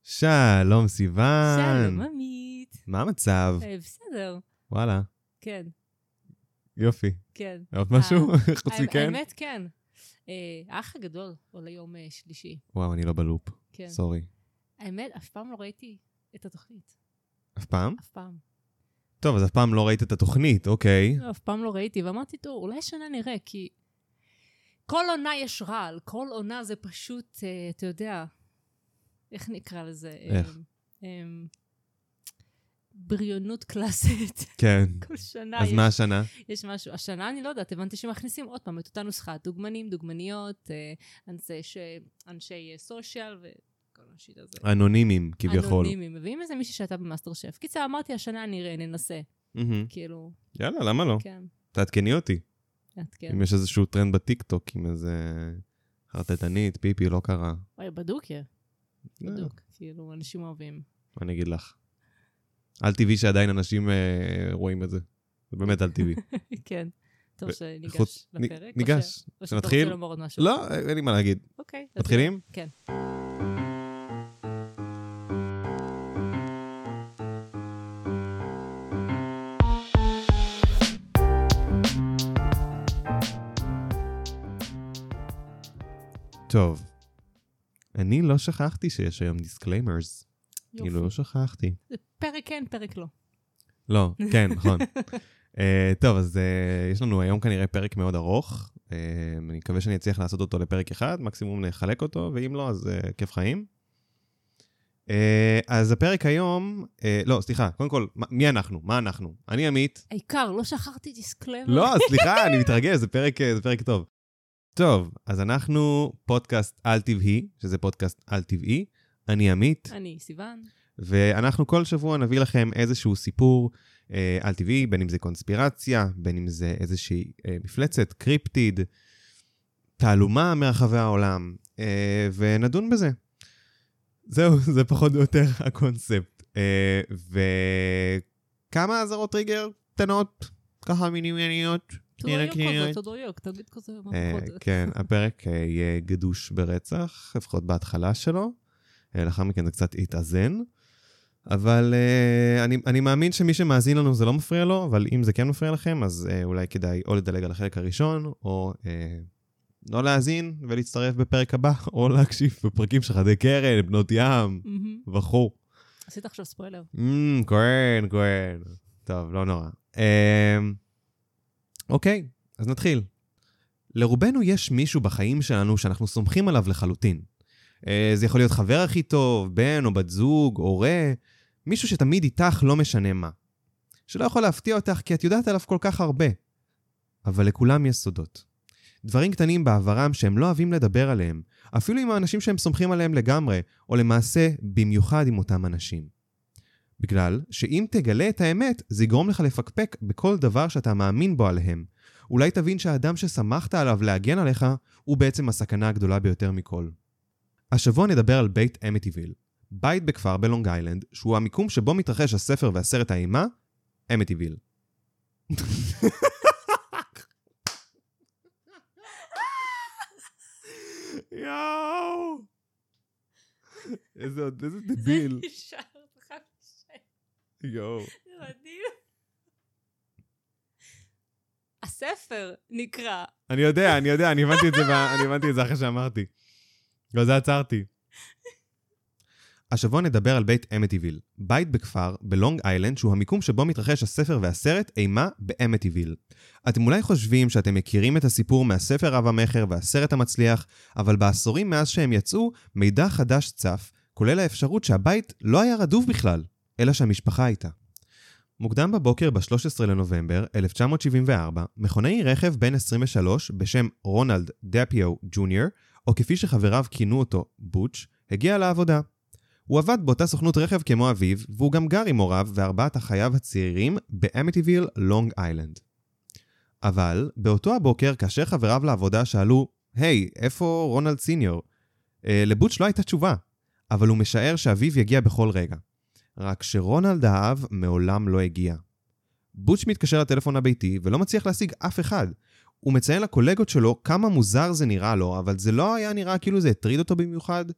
שלום סיוון. שלום עמית. מה המצב? בסדר. וואלה. כן. יופי. כן. עוד משהו? חוץ מכן? האמת כן. האח הגדול עולה יום שלישי. וואו, אני לא בלופ. כן. סורי. האמת, אף פעם לא ראיתי את התוכנית. אף פעם? אף פעם. טוב, אז אף פעם לא ראית את התוכנית, אוקיי. אף פעם לא ראיתי, ואמרתי, טוב, אולי שנה נראה, כי כל עונה יש רעל, כל עונה זה פשוט, אתה יודע, איך נקרא לזה? איך? בריונות קלאסית. כן. כל שנה אז מה השנה? יש משהו. השנה אני לא יודעת, הבנתי שמכניסים עוד פעם את אותה נוסחה, דוגמנים, דוגמניות, אנשי סושיאל וכל השיט הזה. אנונימים, כביכול. אנונימים, מביאים איזה מישהי שהייתה במאסטר שף. קיצר, אמרתי, השנה נראה, ננסה. כאילו, יאללה, למה לא? כן. תעדכני אותי. כן. אם יש איזשהו טרנד בטיקטוק, עם איזה חרטטנית, פיפי, לא קרה. אוי, בדוק, בדוק. כאילו, אנשים אוהבים. מה אני אגיד לך? על טבעי שעדיין אנשים רואים את זה. זה באמת על טבעי. כן. טוב, שניגש לפרק. ניגש. או שאתה שנתחיל? רוצה לומר עוד משהו? לא, אין לי מה להגיד. אוקיי. מתחילים? כן. טוב. אני לא שכחתי שיש היום דיסקליימרס. כאילו לא שכחתי. זה פרק כן, פרק לא. לא, כן, נכון. טוב, אז יש לנו היום כנראה פרק מאוד ארוך. אני מקווה שאני אצליח לעשות אותו לפרק אחד, מקסימום נחלק אותו, ואם לא, אז כיף חיים. אז הפרק היום, לא, סליחה, קודם כל, מי אנחנו? מה אנחנו? אני עמית. העיקר, לא שכחתי דיסקליימר. לא, סליחה, אני מתרגש, זה פרק טוב. טוב, אז אנחנו פודקאסט על טבעי, שזה פודקאסט על טבעי. אני עמית. אני סיוון. ואנחנו כל שבוע נביא לכם איזשהו סיפור על טבעי, בין אם זה קונספירציה, בין אם זה איזושהי מפלצת, קריפטיד, תעלומה מרחבי העולם, ונדון בזה. זהו, זה פחות או יותר הקונספט. וכמה עזרות טריגר קטנות, ככה מינימניות. תגיד כזה. כן, הפרק יהיה גדוש ברצח, לפחות בהתחלה שלו. לאחר מכן זה קצת יתאזן. אבל אני מאמין שמי שמאזין לנו זה לא מפריע לו, אבל אם זה כן מפריע לכם, אז אולי כדאי או לדלג על החלק הראשון, או לא להאזין ולהצטרף בפרק הבא, או להקשיב בפרקים של חדי קרן, בנות ים, וכו'. עשית עכשיו ספוילר. כן. טוב, לא נורא. אוקיי, אז נתחיל. לרובנו יש מישהו בחיים שלנו שאנחנו סומכים עליו לחלוטין. זה יכול להיות חבר הכי טוב, בן או בת זוג, הורה, מישהו שתמיד איתך לא משנה מה. שלא יכול להפתיע אותך כי את יודעת עליו כל כך הרבה. אבל לכולם יש סודות. דברים קטנים בעברם שהם לא אוהבים לדבר עליהם, אפילו עם האנשים שהם סומכים עליהם לגמרי, או למעשה במיוחד עם אותם אנשים. בגלל שאם תגלה את האמת, זה יגרום לך לפקפק בכל דבר שאתה מאמין בו עליהם. אולי תבין שהאדם ששמחת עליו להגן עליך, הוא בעצם הסכנה הגדולה ביותר מכל. השבוע נדבר על בית אמיטיביל, בית בכפר בלונג איילנד, שהוא המיקום שבו מתרחש הספר והסרט האימה, אמיטיביל. יאו! איזה דביל. זה נשאר לך בשם. יאו. זה מדהים. הספר נקרא. אני יודע, אני הבנתי את זה אחרי שאמרתי. לא, זה עצרתי. השבוע נדבר על בית אמיטיביל, בית בכפר בלונג איילנד, שהוא המיקום שבו מתרחש הספר והסרט אימה באמיטיביל. אתם אולי חושבים שאתם מכירים את הסיפור מהספר רב המחר והסרט המצליח, אבל בעשורים מאז שהם יצאו, מידע חדש צף, כולל האפשרות שהבית לא היה רדוף בכלל, אלא שהמשפחה הייתה. מוקדם בבוקר ב-13 לנובמבר 1974, מכונאי רכב בן 23 בשם רונלד דאפיו ג'וניור, או כפי שחבריו כינו אותו, בוטש, הגיע לעבודה. הוא עבד באותה סוכנות רכב כמו אביו, והוא גם גר עם הוריו וארבעת אחייו הצעירים באמיטיביל, לונג איילנד. אבל באותו הבוקר, כאשר חבריו לעבודה שאלו, היי, איפה רונלד סיניור? לבוטש לא הייתה תשובה, אבל הוא משער שאביו יגיע בכל רגע. רק שרונלד האב מעולם לא הגיע. בוטש מתקשר לטלפון הביתי ולא מצליח להשיג אף אחד. הוא מציין לקולגות שלו כמה מוזר זה נראה לו, אבל זה לא היה נראה כאילו זה הטריד אותו במיוחד.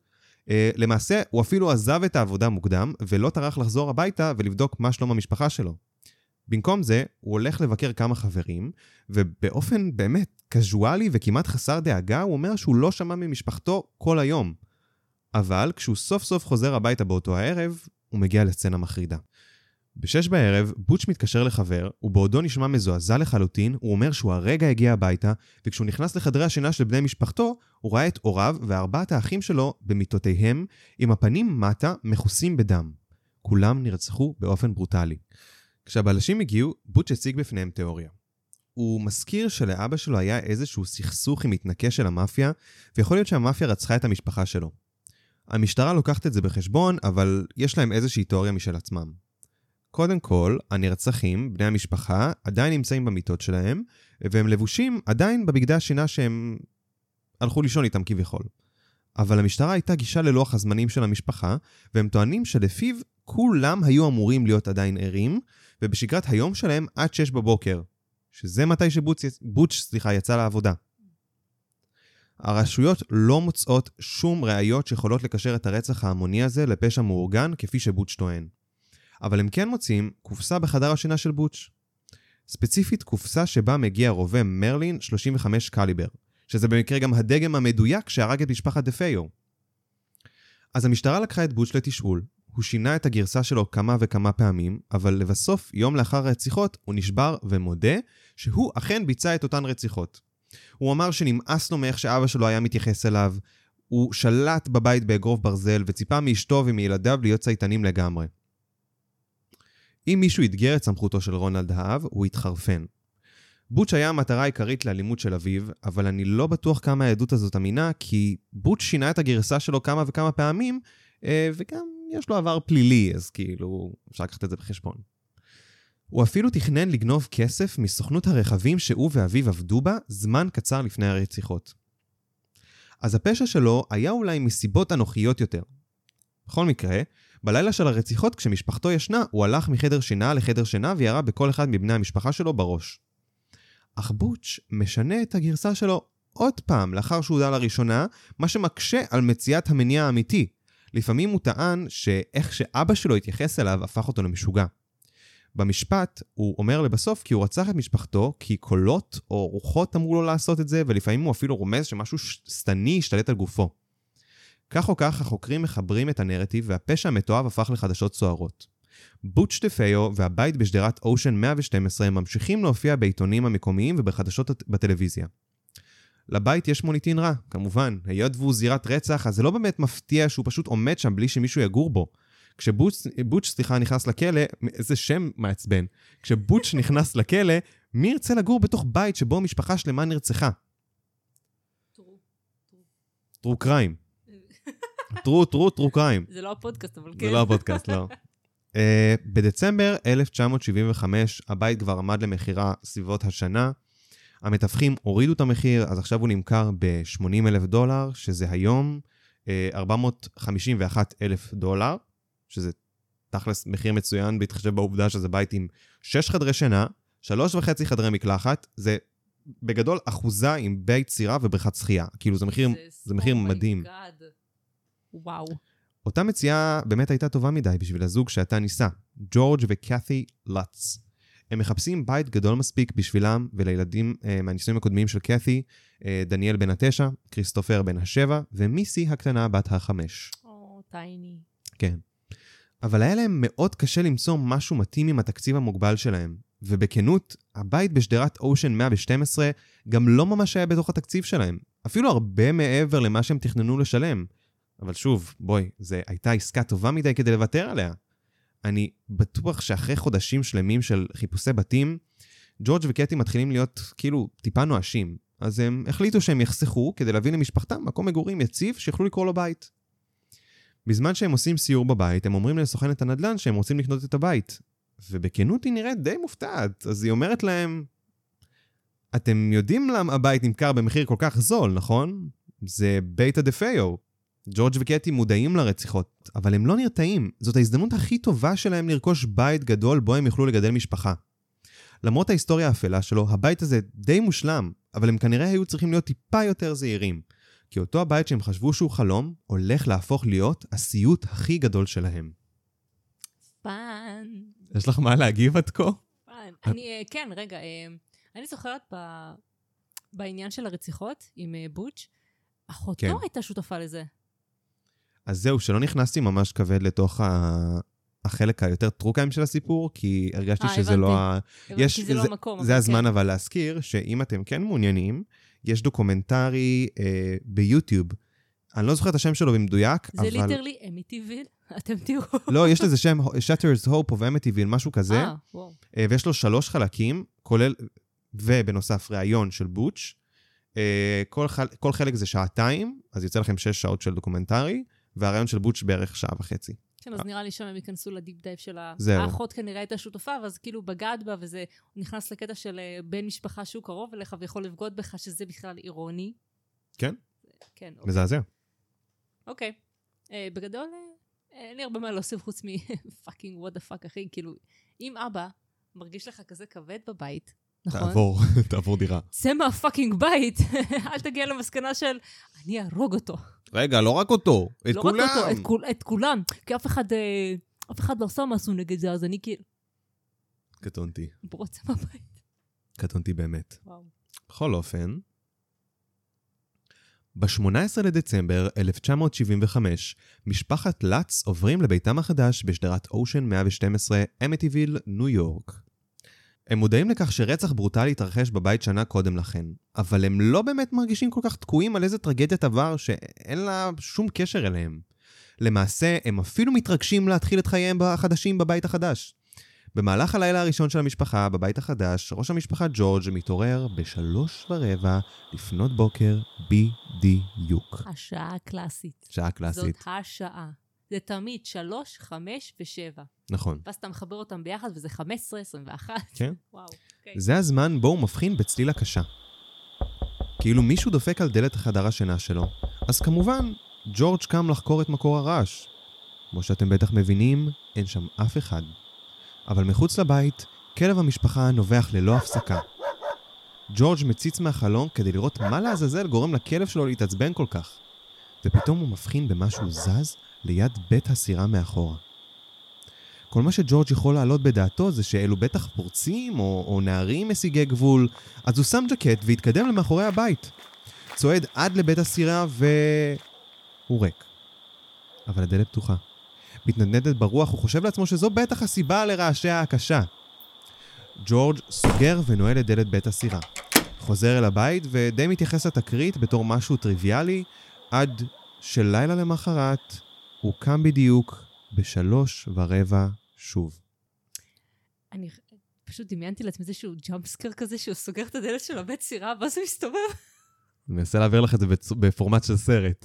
למעשה, הוא אפילו עזב את העבודה מוקדם, ולא טרח לחזור הביתה ולבדוק מה שלום המשפחה שלו. במקום זה, הוא הולך לבקר כמה חברים, ובאופן באמת קזואלי וכמעט חסר דאגה, הוא אומר שהוא לא שמע ממשפחתו כל היום. אבל כשהוא סוף סוף חוזר הביתה באותו הערב, הוא מגיע לסצנה מחרידה. ב-6 בערב, בוטש מתקשר לחבר, ובעודו נשמע מזועזע לחלוטין, הוא אומר שהוא הרגע הגיע הביתה, וכשהוא נכנס לחדרי השינה של בני משפחתו, הוא ראה את הוריו וארבעת האחים שלו במיטותיהם, עם הפנים מטה מכוסים בדם. כולם נרצחו באופן ברוטלי. כשהבלשים הגיעו, בוטש הציג בפניהם תיאוריה. הוא מזכיר שלאבא שלו היה איזשהו סכסוך עם מתנקה של המאפיה, ויכול להיות שהמאפיה רצחה את המשפחה שלו. המשטרה לוקחת את זה בחשבון, אבל יש להם איזושהי תיאוריה משל עצמם. קודם כל, הנרצחים, בני המשפחה, עדיין נמצאים במיטות שלהם, והם לבושים עדיין בבגדי השינה שהם הלכו לישון איתם כביכול. אבל המשטרה הייתה גישה ללוח הזמנים של המשפחה, והם טוענים שלפיו כולם היו אמורים להיות עדיין ערים, ובשגרת היום שלהם עד 6 בבוקר, שזה מתי שבוטש יצא לעבודה. הרשויות לא מוצאות שום ראיות שיכולות לקשר את הרצח ההמוני הזה לפשע מאורגן כפי שבוטש טוען. אבל הם כן מוצאים קופסה בחדר השינה של בוטש. ספציפית קופסה שבה מגיע רובה מרלין 35 קליבר, שזה במקרה גם הדגם המדויק שהרג את משפחת דפיו. אז המשטרה לקחה את בוטש לתשאול, הוא שינה את הגרסה שלו כמה וכמה פעמים, אבל לבסוף, יום לאחר הרציחות, הוא נשבר ומודה שהוא אכן ביצע את אותן רציחות. הוא אמר שנמאס לו מאיך שאבא שלו היה מתייחס אליו, הוא שלט בבית באגרוף ברזל וציפה מאשתו ומילדיו להיות צייתנים לגמרי. אם מישהו יתגר את סמכותו של רונלד האב, הוא יתחרפן. בוטש היה המטרה העיקרית לאלימות של אביו, אבל אני לא בטוח כמה העדות הזאת אמינה, כי בוטש שינה את הגרסה שלו כמה וכמה פעמים, וגם יש לו עבר פלילי, אז כאילו אפשר לקחת את זה בחשבון. הוא אפילו תכנן לגנוב כסף מסוכנות הרכבים שהוא ואביו עבדו בה זמן קצר לפני הרציחות. אז הפשע שלו היה אולי מסיבות אנוכיות יותר. בכל מקרה, בלילה של הרציחות כשמשפחתו ישנה, הוא הלך מחדר שינה לחדר שינה וירה בכל אחד מבני המשפחה שלו בראש. אך בוטש משנה את הגרסה שלו עוד פעם לאחר שהוא הודע לראשונה, מה שמקשה על מציאת המניע האמיתי. לפעמים הוא טען שאיך שאבא שלו התייחס אליו הפך אותו למשוגע. במשפט הוא אומר לבסוף כי הוא רצח את משפחתו, כי קולות או רוחות אמרו לו לעשות את זה, ולפעמים הוא אפילו רומז שמשהו סתני השתלט על גופו. כך או כך החוקרים מחברים את הנרטיב והפשע המתועב הפך לחדשות סוערות. בוטש דפיו והבית בשדרת אושן 112 ממשיכים להופיע בעיתונים המקומיים ובחדשות בטלוויזיה. לבית יש מוניטין רע, כמובן, היות והוא זירת רצח, אז זה לא באמת מפתיע שהוא פשוט עומד שם בלי שמישהו יגור בו. כשבוטש נכנס לכלא, איזה שם מעצבן, כשבוטש נכנס לכלא, מי ירצה לגור בתוך בית שבו משפחה שלמה נרצחה? טרו קריים. טרו קריים. זה לא הפודקאסט, אבל כן. זה לא הפודקאסט, לא. בדצמבר 1975, הבית כבר עמד למחירה סביבות השנה. המתווכים הורידו את המחיר, אז עכשיו הוא נמכר $80,000, שזה היום $451,000, שזה תכלס מחיר מצוין, בהתחשב בעובדה שזה בית עם 6 חדרי שינה, 3.5 חדרי מקלחת, זה בגדול אחוזה עם בית צירה ובריכת שחייה. כאילו זה מחיר מדהים. וואו. אותה מציאה באמת הייתה טובה מדי בשביל הזוג שאתה ניסה, ג'ורג' וקאתי לטס. הם מחפשים בית גדול מספיק בשבילם ולילדים מהניסויים הקודמים של קאתי, דניאל בן 9, כריסטופר בן 7, ומיסי הקטנה בת 5. טייני. כן. אבל היה להם מאוד קשה למצוא משהו מתאים עם התקציב המוגבל שלהם. ובכנות, הבית בשדרת אושן 112 גם לא ממש היה בתוך התקציב שלהם. אפילו הרבה מעבר למה שהם תכננו לשלם. אבל שוב, בואי, זו הייתה עסקה טובה מדי כדי לוותר עליה. אני בטוח שאחרי חודשים שלמים של חיפושי בתים, ג'ורג' וקטי מתחילים להיות כאילו טיפה נואשים. אז הם החליטו שהם יחסכו כדי להביא למשפחתם מקום מגורים יציב שיכולו לקרוא לו בית. בזמן שהם עושים סיור בבית, הם אומרים לסוכנת הנדל"ן שהם רוצים לקנות את הבית. ובכנות היא נראית די מופתעת. אז היא אומרת להם, אתם יודעים למה הבית נמכר במחיר כל כך זול, נכון? זה בית הדפיו. ג'ורג' וקטי מודעים לרציחות, אבל הם לא נרתעים. זאת ההזדמנות הכי טובה שלהם לרכוש בית גדול בו הם יוכלו לגדל משפחה. למרות ההיסטוריה האפלה שלו, הבית הזה די מושלם, אבל הם כנראה היו צריכים להיות טיפה יותר זהירים. כי אותו הבית שהם חשבו שהוא חלום, הולך להפוך להיות הסיוט הכי גדול שלהם. פן. יש לך מה להגיב עד כה? פן. כן, רגע. אני זוכרת בעניין של הרציחות עם בוטש, אחותו הייתה שותפה לזה. אז זהו, שלא נכנסתי ממש כבד לתוך החלק היותר טרוקיים של הסיפור, כי הרגשתי שזה לא... הבנתי, זה לא המקום. זה הזמן אבל להזכיר, שאם אתם כן מעוניינים, יש דוקומנטרי ביוטיוב. אני לא זוכר את השם שלו במדויק, אבל... זה ליטרלי אמיטיביל, אתם תראו. לא, יש לזה שם, Shatter's Hope of Amityville, משהו כזה. וואו. ויש לו 3 חלקים, כולל, ובנוסף ראיון של בוטש. כל חלק זה 2 שעות, אז יוצא לכם 6 שעות של דוקומנטרי, והראיון של בוטש בערך 1.5 שעות. כן, אז נראה לי שם הם ייכנסו לדיפ דייב של האחות כנראה הייתה שותפה, ואז כאילו בגד בה, וזה נכנס לקטע של בן משפחה שהוא קרוב אליך, ויכול לבגוד בך שזה בכלל אירוני. כן? כן. מזעזע. אוקיי. בגדול, אין לי הרבה מה להוסיף חוץ מפאקינג what the fuck, אחי. כאילו, אם אבא מרגיש לך כזה כבד בבית, נכון? תעבור דירה. צא מהפאקינג בית, אל תגיע למסקנה של, אני ארוג אותו. רגע, לא רק אותו, את כולם. לא רק אותו, את כולם. כי אף אחד לא עושה משהו נגד זה, אז אני כאילו... קטונתי. ברוצה מהבית. קטונתי באמת. וואו. בכל אופן, ב-18 לדצמבר 1975, משפחת לץ עוברים לביתם החדש בשדרת אושן 112, אמיטיוויל, ניו יורק. הם מודעים לכך שרצח ברוטלי התרחש בבית שנה קודם לכן, אבל הם לא באמת מרגישים כל כך תקועים על איזה טרגדיית עבר שאין לה שום קשר אליהם. למעשה, הם אפילו מתרגשים להתחיל את חייהם החדשים בבית החדש. במהלך הלילה הראשון של המשפחה בבית החדש, ראש המשפחה ג'ורג' מתעורר ב3:15 לפנות בוקר בדיוק. השעה הקלאסית. שעה קלאסית. זאת השעה. זה תמיד 3, 5 ו7. נכון. ואז אתה מחבר אותם ביחד וזה 15, 21. כן. וואו. Okay. זה הזמן בו הוא מבחין בצליל הקשה. כאילו מישהו דופק על דלת החדר השינה שלו, אז כמובן, ג'ורג' קם לחקור את מקור הרעש. כמו שאתם בטח מבינים, אין שם אף אחד. אבל מחוץ לבית, כלב המשפחה נובח ללא הפסקה. ג'ורג' מציץ מהחלון כדי לראות מה לעזאזל גורם לכלב שלו להתעצבן כל כך. ופתאום הוא מבחין במשהו זז ליד בית הסירה מאחורה. כל מה שג'ורג' יכול לעלות בדעתו זה שאלו בטח פורצים או נערים משיגי גבול, אז הוא שם ג'קט והתקדם למאחורי הבית. צועד עד לבית הסירה הוא ריק. אבל הדלת פתוחה. מתנדנדת ברוח, הוא חושב לעצמו שזו בטח הסיבה לרעשיה הקשה. ג'ורג' סוגר ונועל את דלת בית הסירה. חוזר אל הבית ודי מתייחס לתקרית בתור משהו טריוויאלי, עד שלילה למחרת הוא קם בדיוק ב3:15 שוב. אני פשוט דמיינתי לעצמי איזשהו ג'אמפסקר כזה, שהוא סוגר את הדלת של הבית סירה, ואז הוא מסתובב. אני מנסה להעביר לך את זה בפורמט של סרט.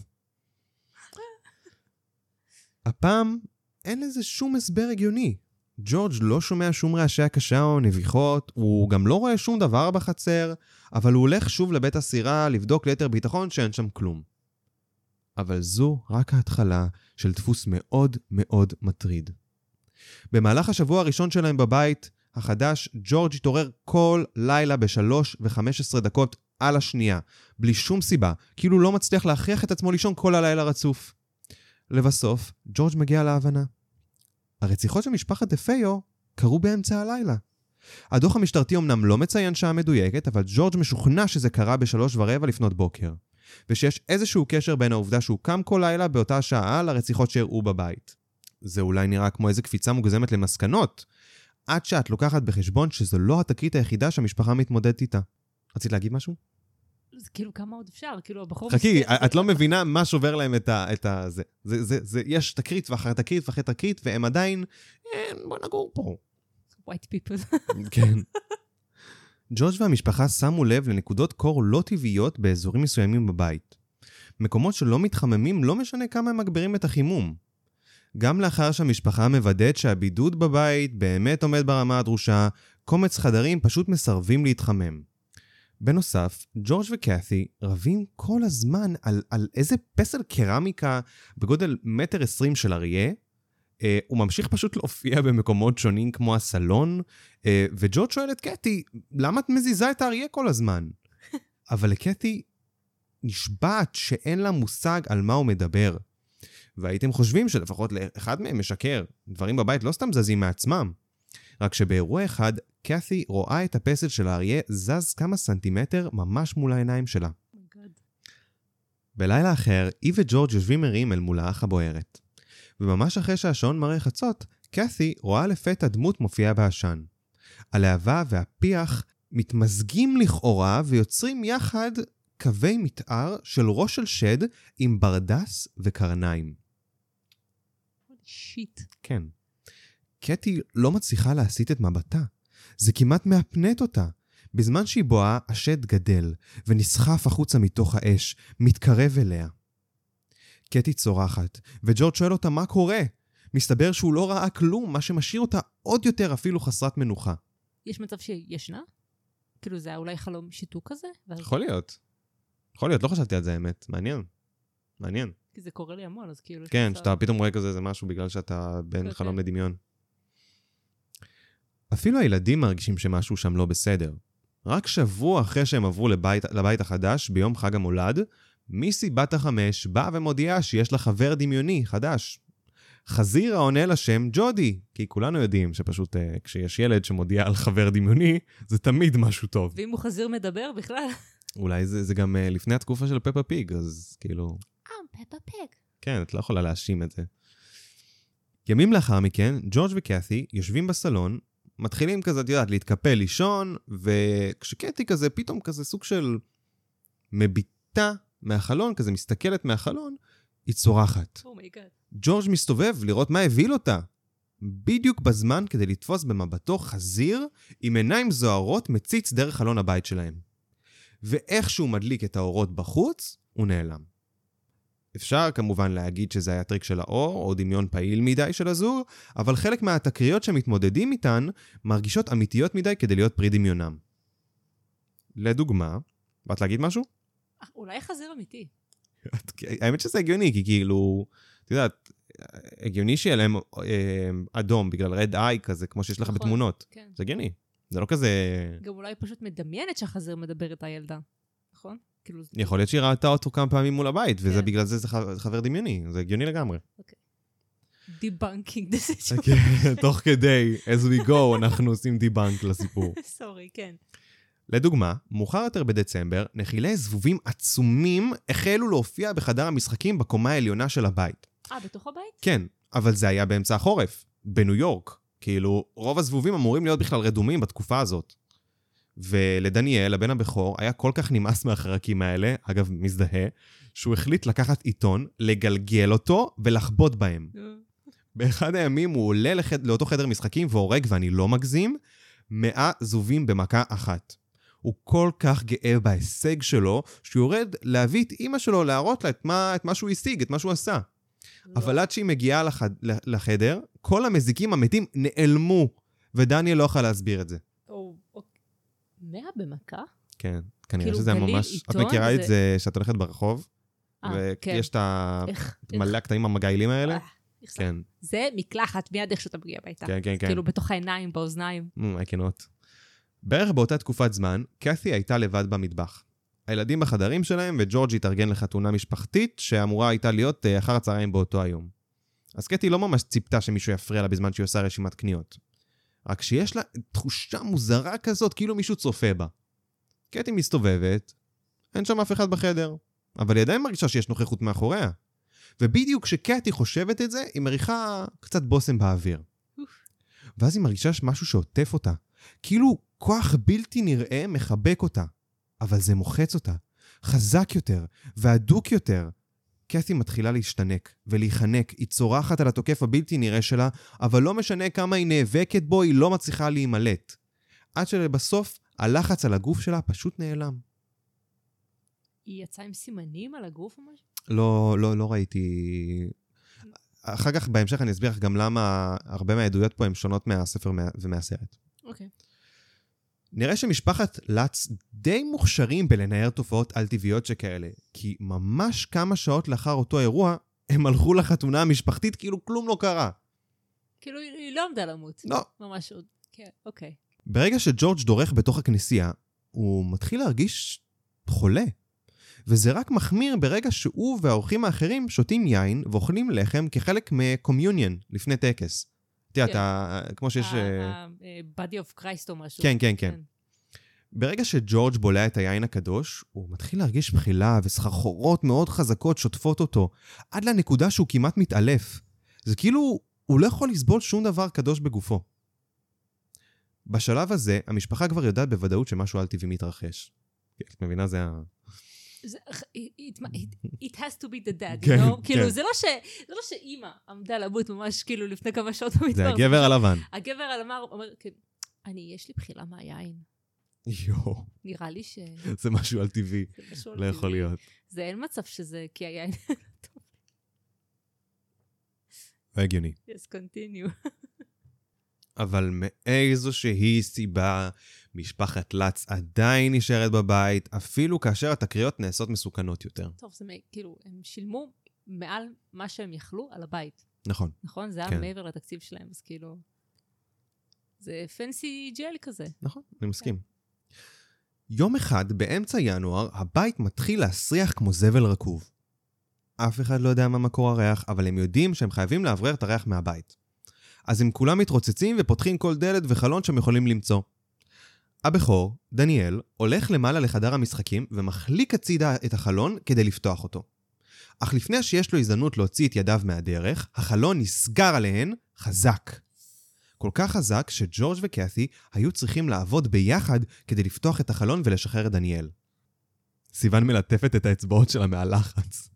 הפעם אין לזה שום הסבר הגיוני. ג'ורג' לא שומע שום רעשי הקשה או נביחות, הוא גם לא רואה שום דבר בחצר, אבל הוא הולך שוב לבית הסירה לבדוק ליתר ביטחון שאין שם כלום. אבל זו רק ההתחלה של דפוס מאוד מאוד מטריד. במהלך השבוע הראשון שלהם בבית החדש, ג'ורג' התעורר כל לילה ב3:15 על השנייה, בלי שום סיבה, כאילו לא מצליח להכריח את עצמו לישון כל הלילה רצוף. לבסוף, ג'ורג' מגיע להבנה. הרציחות של משפחת דפיו קרו באמצע הלילה. הדוח המשטרתי אמנם לא מציין שעה מדויקת, אבל ג'ורג' משוכנע שזה קרה ב3:15 לפנות בוקר. ושיש איזשהו קשר בין העובדה שהוא קם כל לילה באותה שעה לרציחות שהראו בבית. זה אולי נראה כמו איזה קפיצה מוגזמת למסקנות, עד שאת לוקחת בחשבון שזו לא התקרית היחידה שהמשפחה מתמודדת איתה. רצית להגיד משהו? זה כאילו כמה עוד אפשר, כאילו הבחור... חכי, את לא מבינה מה שובר להם את זה. יש תקרית ואחרי תקרית ואחרי תקרית, והם עדיין, בוא נגור פה. white people. כן. ג'ורג' והמשפחה שמו לב לנקודות קור לא טבעיות באזורים מסוימים בבית. מקומות שלא מתחממים לא משנה כמה הם מגבירים את החימום. גם לאחר שהמשפחה מוודאת שהבידוד בבית באמת עומד ברמה הדרושה, קומץ חדרים פשוט מסרבים להתחמם. בנוסף, ג'ורג' וקאתי רבים כל הזמן על איזה פסל קרמיקה בגודל 1.20 מטר של אריה. הוא ממשיך פשוט להופיע במקומות שונים כמו הסלון, וג'ורג' שואל את קאתי, למה את מזיזה את האריה כל הזמן? אבל לקאתי נשבעת שאין לה מושג על מה הוא מדבר. והייתם חושבים שלפחות לאחד מהם משקר. דברים בבית לא סתם זזים מעצמם. רק שבאירוע אחד, קאתי רואה את הפסל של האריה זז כמה סנטימטר ממש מול העיניים שלה. בלילה אחר, היא וג'ורג' יושבים ערים אל מול האח הבוערת. וממש אחרי שהשעון מראה חצות, קאתי רואה לפתע דמות מופיעה בעשן. הלהבה והפיח מתמזגים לכאורה ויוצרים יחד קווי מתאר של ראש של שד עם ברדס וקרניים. שיט. כן. קאתי לא מצליחה להסיט את מבטה. זה כמעט מאפנת אותה. בזמן שהיא בואה, השד גדל, ונסחף החוצה מתוך האש, מתקרב אליה. קאתי צורחת, וג'ורג' שואל אותה מה קורה. מסתבר שהוא לא ראה כלום, מה שמשאיר אותה עוד יותר אפילו חסרת מנוחה. יש מצב שישנה? כאילו זה היה אולי חלום שיתוק כזה? יכול להיות. יכול להיות, לא חשבתי על זה האמת. מעניין. מעניין. כי זה קורה לי המון, אז כאילו... כן, שאתה פתאום רואה כזה, זה משהו בגלל שאתה בין חלום לדמיון. אפילו הילדים מרגישים שמשהו שם לא בסדר. רק שבוע אחרי שהם עברו לבית החדש, ביום חג המולד, מיסי בת 5 באה ומודיעה שיש לה חבר דמיוני חדש. חזיר העונה לשם ג'ודי, כי כולנו יודעים שפשוט כשיש ילד שמודיע על חבר דמיוני, זה תמיד משהו טוב. ואם הוא חזיר מדבר בכלל? אולי זה גם לפני התקופה של פפה פיג, אז כאילו... פפה פיג. כן, את לא יכולה להאשים את זה. ימים לאחר מכן, ג'ורג' וקאתי יושבים בסלון, מתחילים כזה, את יודעת, להתקפל לישון, וכשקאתי כזה, פתאום כזה סוג של מביטה מהחלון, כזה מסתכלת מהחלון, היא צורחת. ג'ורג' מסתובב לראות מה הביל אותה. בדיוק בזמן כדי לתפוס במבטו חזיר, עם עיניים זוהרות מציץ דרך חלון הבית שלהם. ואיך שהוא מדליק את האורות בחוץ, הוא נעלם. אפשר כמובן להגיד שזה היה טריק של האור, או דמיון פעיל מדי של הזוג, אבל חלק מהתקריות שמתמודדים איתן, מרגישות אמיתיות מדי כדי להיות פרי דמיונם. לדוגמה, באת להגיד משהו? אולי חזיר אמיתי. האמת שזה הגיוני, כי כאילו, אתה יודעת, הגיוני שיהיה להם אדום, בגלל רד איי כזה, כמו שיש לך בתמונות. כן. זה הגיוני. זה לא כזה... גם אולי פשוט מדמיינת שהחזיר מדבר את הילדה, נכון? יכול להיות שהיא ראתה אותו כמה פעמים מול הבית, וזה בגלל זה זה חבר דמיוני, זה הגיוני לגמרי. דיבנקינג the situation. תוך כדי, as we go, אנחנו עושים דיבנק לסיפור. סורי, כן. לדוגמה, מאוחר יותר בדצמבר, נחילי זבובים עצומים החלו להופיע בחדר המשחקים בקומה העליונה של הבית. בתוך הבית? כן, אבל זה היה באמצע החורף, בניו יורק. כאילו, רוב הזבובים אמורים להיות בכלל רדומים בתקופה הזאת. ולדניאל, הבן הבכור, היה כל כך נמאס מהחרקים האלה, אגב, מזדהה, שהוא החליט לקחת עיתון, לגלגל אותו ולחבוט בהם. באחד הימים הוא עולה לאותו חדר משחקים והורג, ואני לא מגזים, 100 זבובים במכה אחת. הוא כל כך גאה בהישג שלו, שהוא יורד להביא את אמא שלו, להראות לה את מה שהוא השיג, את מה שהוא עשה. אבל עד שהיא מגיעה לחדר, כל המזיקים המתים נעלמו, ודניאל לא יכול להסביר את זה. 100 במכה? כן, כנראה שזה ממש... את מכירה את זה שאת הולכת ברחוב, ויש את מלא הקטעים המגעילים האלה? כן. זה מקלחת מיד איך שאתה מגיע ביתה. כן, כן, כן. כאילו בתוך העיניים, באוזניים. I cannot. בערך באותה תקופת זמן, קאתי הייתה לבד במטבח. הילדים בחדרים שלהם, וג'ורג' התארגן לחתונה משפחתית, שאמורה הייתה להיות אחר הצהריים באותו היום. אז קאתי לא ממש ציפתה שמישהו יפריע לה בזמן שהיא עושה רשימת קניות. רק שיש לה תחושה מוזרה כזאת, כאילו מישהו צופה בה. קאתי מסתובבת, אין שם אף אחד בחדר, אבל היא עדיין מרגישה שיש נוכחות מאחוריה. ובדיוק כשקאתי חושבת את זה, היא מריחה קצת בוסם באוויר. ואז היא מרגישה משהו שעוטף אותה. כאילו כוח בלתי נראה מחבק אותה. אבל זה מוחץ אותה. חזק יותר והדוק יותר. קאתי מתחילה להשתנק ולהיחנק. היא צורחת על התוקף הבלתי נראה שלה, אבל לא משנה כמה היא נאבקת בו, היא לא מצליחה להימלט. עד שלבסוף, הלחץ על הגוף שלה פשוט נעלם. היא יצאה עם סימנים על הגוף או משהו? לא ראיתי... אחר כך בהמשך אני אסביר לך גם למה הרבה מהעדויות פה הן שונות מהספר ומהסרט. אוקיי. נראה שמשפחת לץ די מוכשרים בלנער תופעות על-טבעיות שכאלה, כי ממש כמה שעות לאחר אותו אירוע, הם הלכו לחתונה המשפחתית כאילו כלום לא קרה. כאילו היא לא עמדה למות. לא. ממש עוד. כן, אוקיי. ברגע שג'ורג' דורך בתוך הכנסייה, הוא מתחיל להרגיש חולה. וזה רק מחמיר ברגע שהוא והאורחים האחרים שותים יין ואוכלים לחם כחלק מקומיוניון לפני טקס. תראה, כמו שיש... body of Christ או משהו. כן, כן, כן. ברגע שג'ורג' בולע את היין הקדוש, הוא מתחיל להרגיש בחילה וסחרחורות מאוד חזקות שוטפות אותו, עד לנקודה שהוא כמעט מתעלף. זה כאילו, הוא לא יכול לסבול שום דבר קדוש בגופו. בשלב הזה, המשפחה כבר יודעת בוודאות שמשהו על טבעי מתרחש. את מבינה, זה ה... It has to be the dad, you know? כאילו, זה לא שאימא עמדה למות ממש כאילו לפני כמה שעות. זה הגבר הלבן. הגבר הלבן אומר, יש לי בחילה מהיין. יו. נראה לי ש... זה משהו על טבעי. לא יכול להיות. זה אין מצב שזה כי היין טוב. לא הגיוני. Yes, continue. אבל מאיזושהי סיבה, משפחת לץ עדיין נשארת בבית, אפילו כאשר התקריות נעשות מסוכנות יותר. טוב, זה כאילו, הם שילמו מעל מה שהם יכלו על הבית. נכון. נכון? זה היה מעבר לתקציב שלהם, אז כאילו... זה פנסי ג'ל כזה. נכון, אני מסכים. יום אחד, באמצע ינואר, הבית מתחיל להסריח כמו זבל רקוב. אף אחד לא יודע מה מקור הריח, אבל הם יודעים שהם חייבים להברר את הריח מהבית. אז הם כולם מתרוצצים ופותחים כל דלת וחלון שהם יכולים למצוא. הבכור, דניאל, הולך למעלה לחדר המשחקים ומחליק הצידה את החלון כדי לפתוח אותו. אך לפני שיש לו הזדמנות להוציא את ידיו מהדרך, החלון נסגר עליהן חזק. כל כך חזק שג'ורג' וקאתי היו צריכים לעבוד ביחד כדי לפתוח את החלון ולשחרר את דניאל. סיוון מלטפת את האצבעות שלה מהלחץ.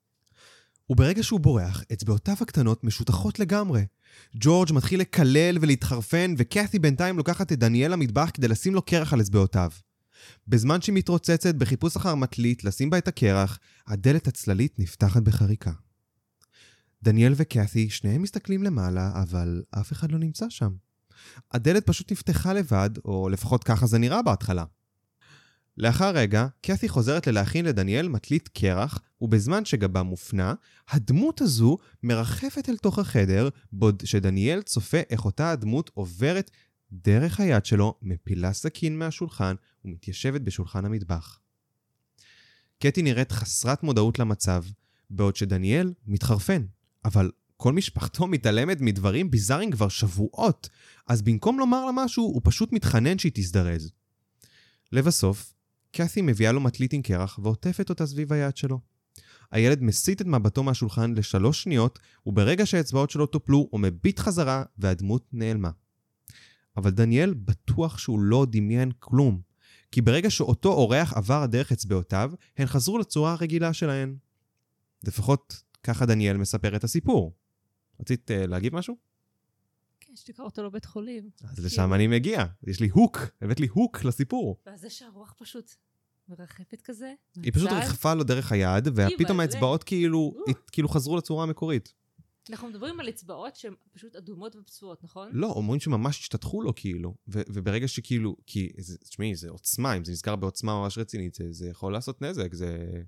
וברגע שהוא בורח, אצבעותיו הקטנות משותחות לגמרי. ג'ורג' מתחיל לקלל ולהתחרפן, וקאתי בינתיים לוקחת את דניאל למטבח כדי לשים לו קרח על אצבעותיו. בזמן שהיא מתרוצצת בחיפוש אחר מטלית לשים בה את הקרח, הדלת הצללית נפתחת בחריקה. דניאל וקאתי שניהם מסתכלים למעלה, אבל אף אחד לא נמצא שם. הדלת פשוט נפתחה לבד, או לפחות ככה זה נראה בהתחלה. לאחר רגע, קאתי חוזרת ללהכין לדניאל מטלית קרח, ובזמן שגבה מופנה, הדמות הזו מרחפת אל תוך החדר, בעוד שדניאל צופה איך אותה הדמות עוברת דרך היד שלו, מפילה סכין מהשולחן, ומתיישבת בשולחן המטבח. קאתי נראית חסרת מודעות למצב, בעוד שדניאל מתחרפן, אבל כל משפחתו מתעלמת מדברים ביזאריים כבר שבועות, אז במקום לומר לה משהו, הוא פשוט מתחנן שהיא תזדרז. לבסוף, קאתי מביאה לו מטלית עם קרח ועוטפת אותה סביב היד שלו. הילד מסיט את מבטו מהשולחן ל3 שניות, וברגע שהאצבעות שלו טופלו, הוא מביט חזרה והדמות נעלמה. אבל דניאל בטוח שהוא לא דמיין כלום, כי ברגע שאותו אורח עבר דרך אצבעותיו, הן חזרו לצורה הרגילה שלהן. לפחות ככה דניאל מספר את הסיפור. רצית להגיב משהו? כן, שתקרא אותו לבית חולים. אז לשם אני מגיע. יש לי הוק. הבאת לי הוק לסיפור. ואז זה שהרוח פשוט מרחפת כזה. היא פשוט רחפה לו דרך היד, ופתאום האצבעות כאילו חזרו לצורה המקורית. אנחנו מדברים על אצבעות שהן פשוט אדומות ופצועות, נכון? לא, אומרים שממש השתתחו לו כאילו. וברגע שכאילו, כי, תשמעי, זה עוצמה, אם זה נזכר בעוצמה ממש רצינית, זה יכול לעשות נזק, זה...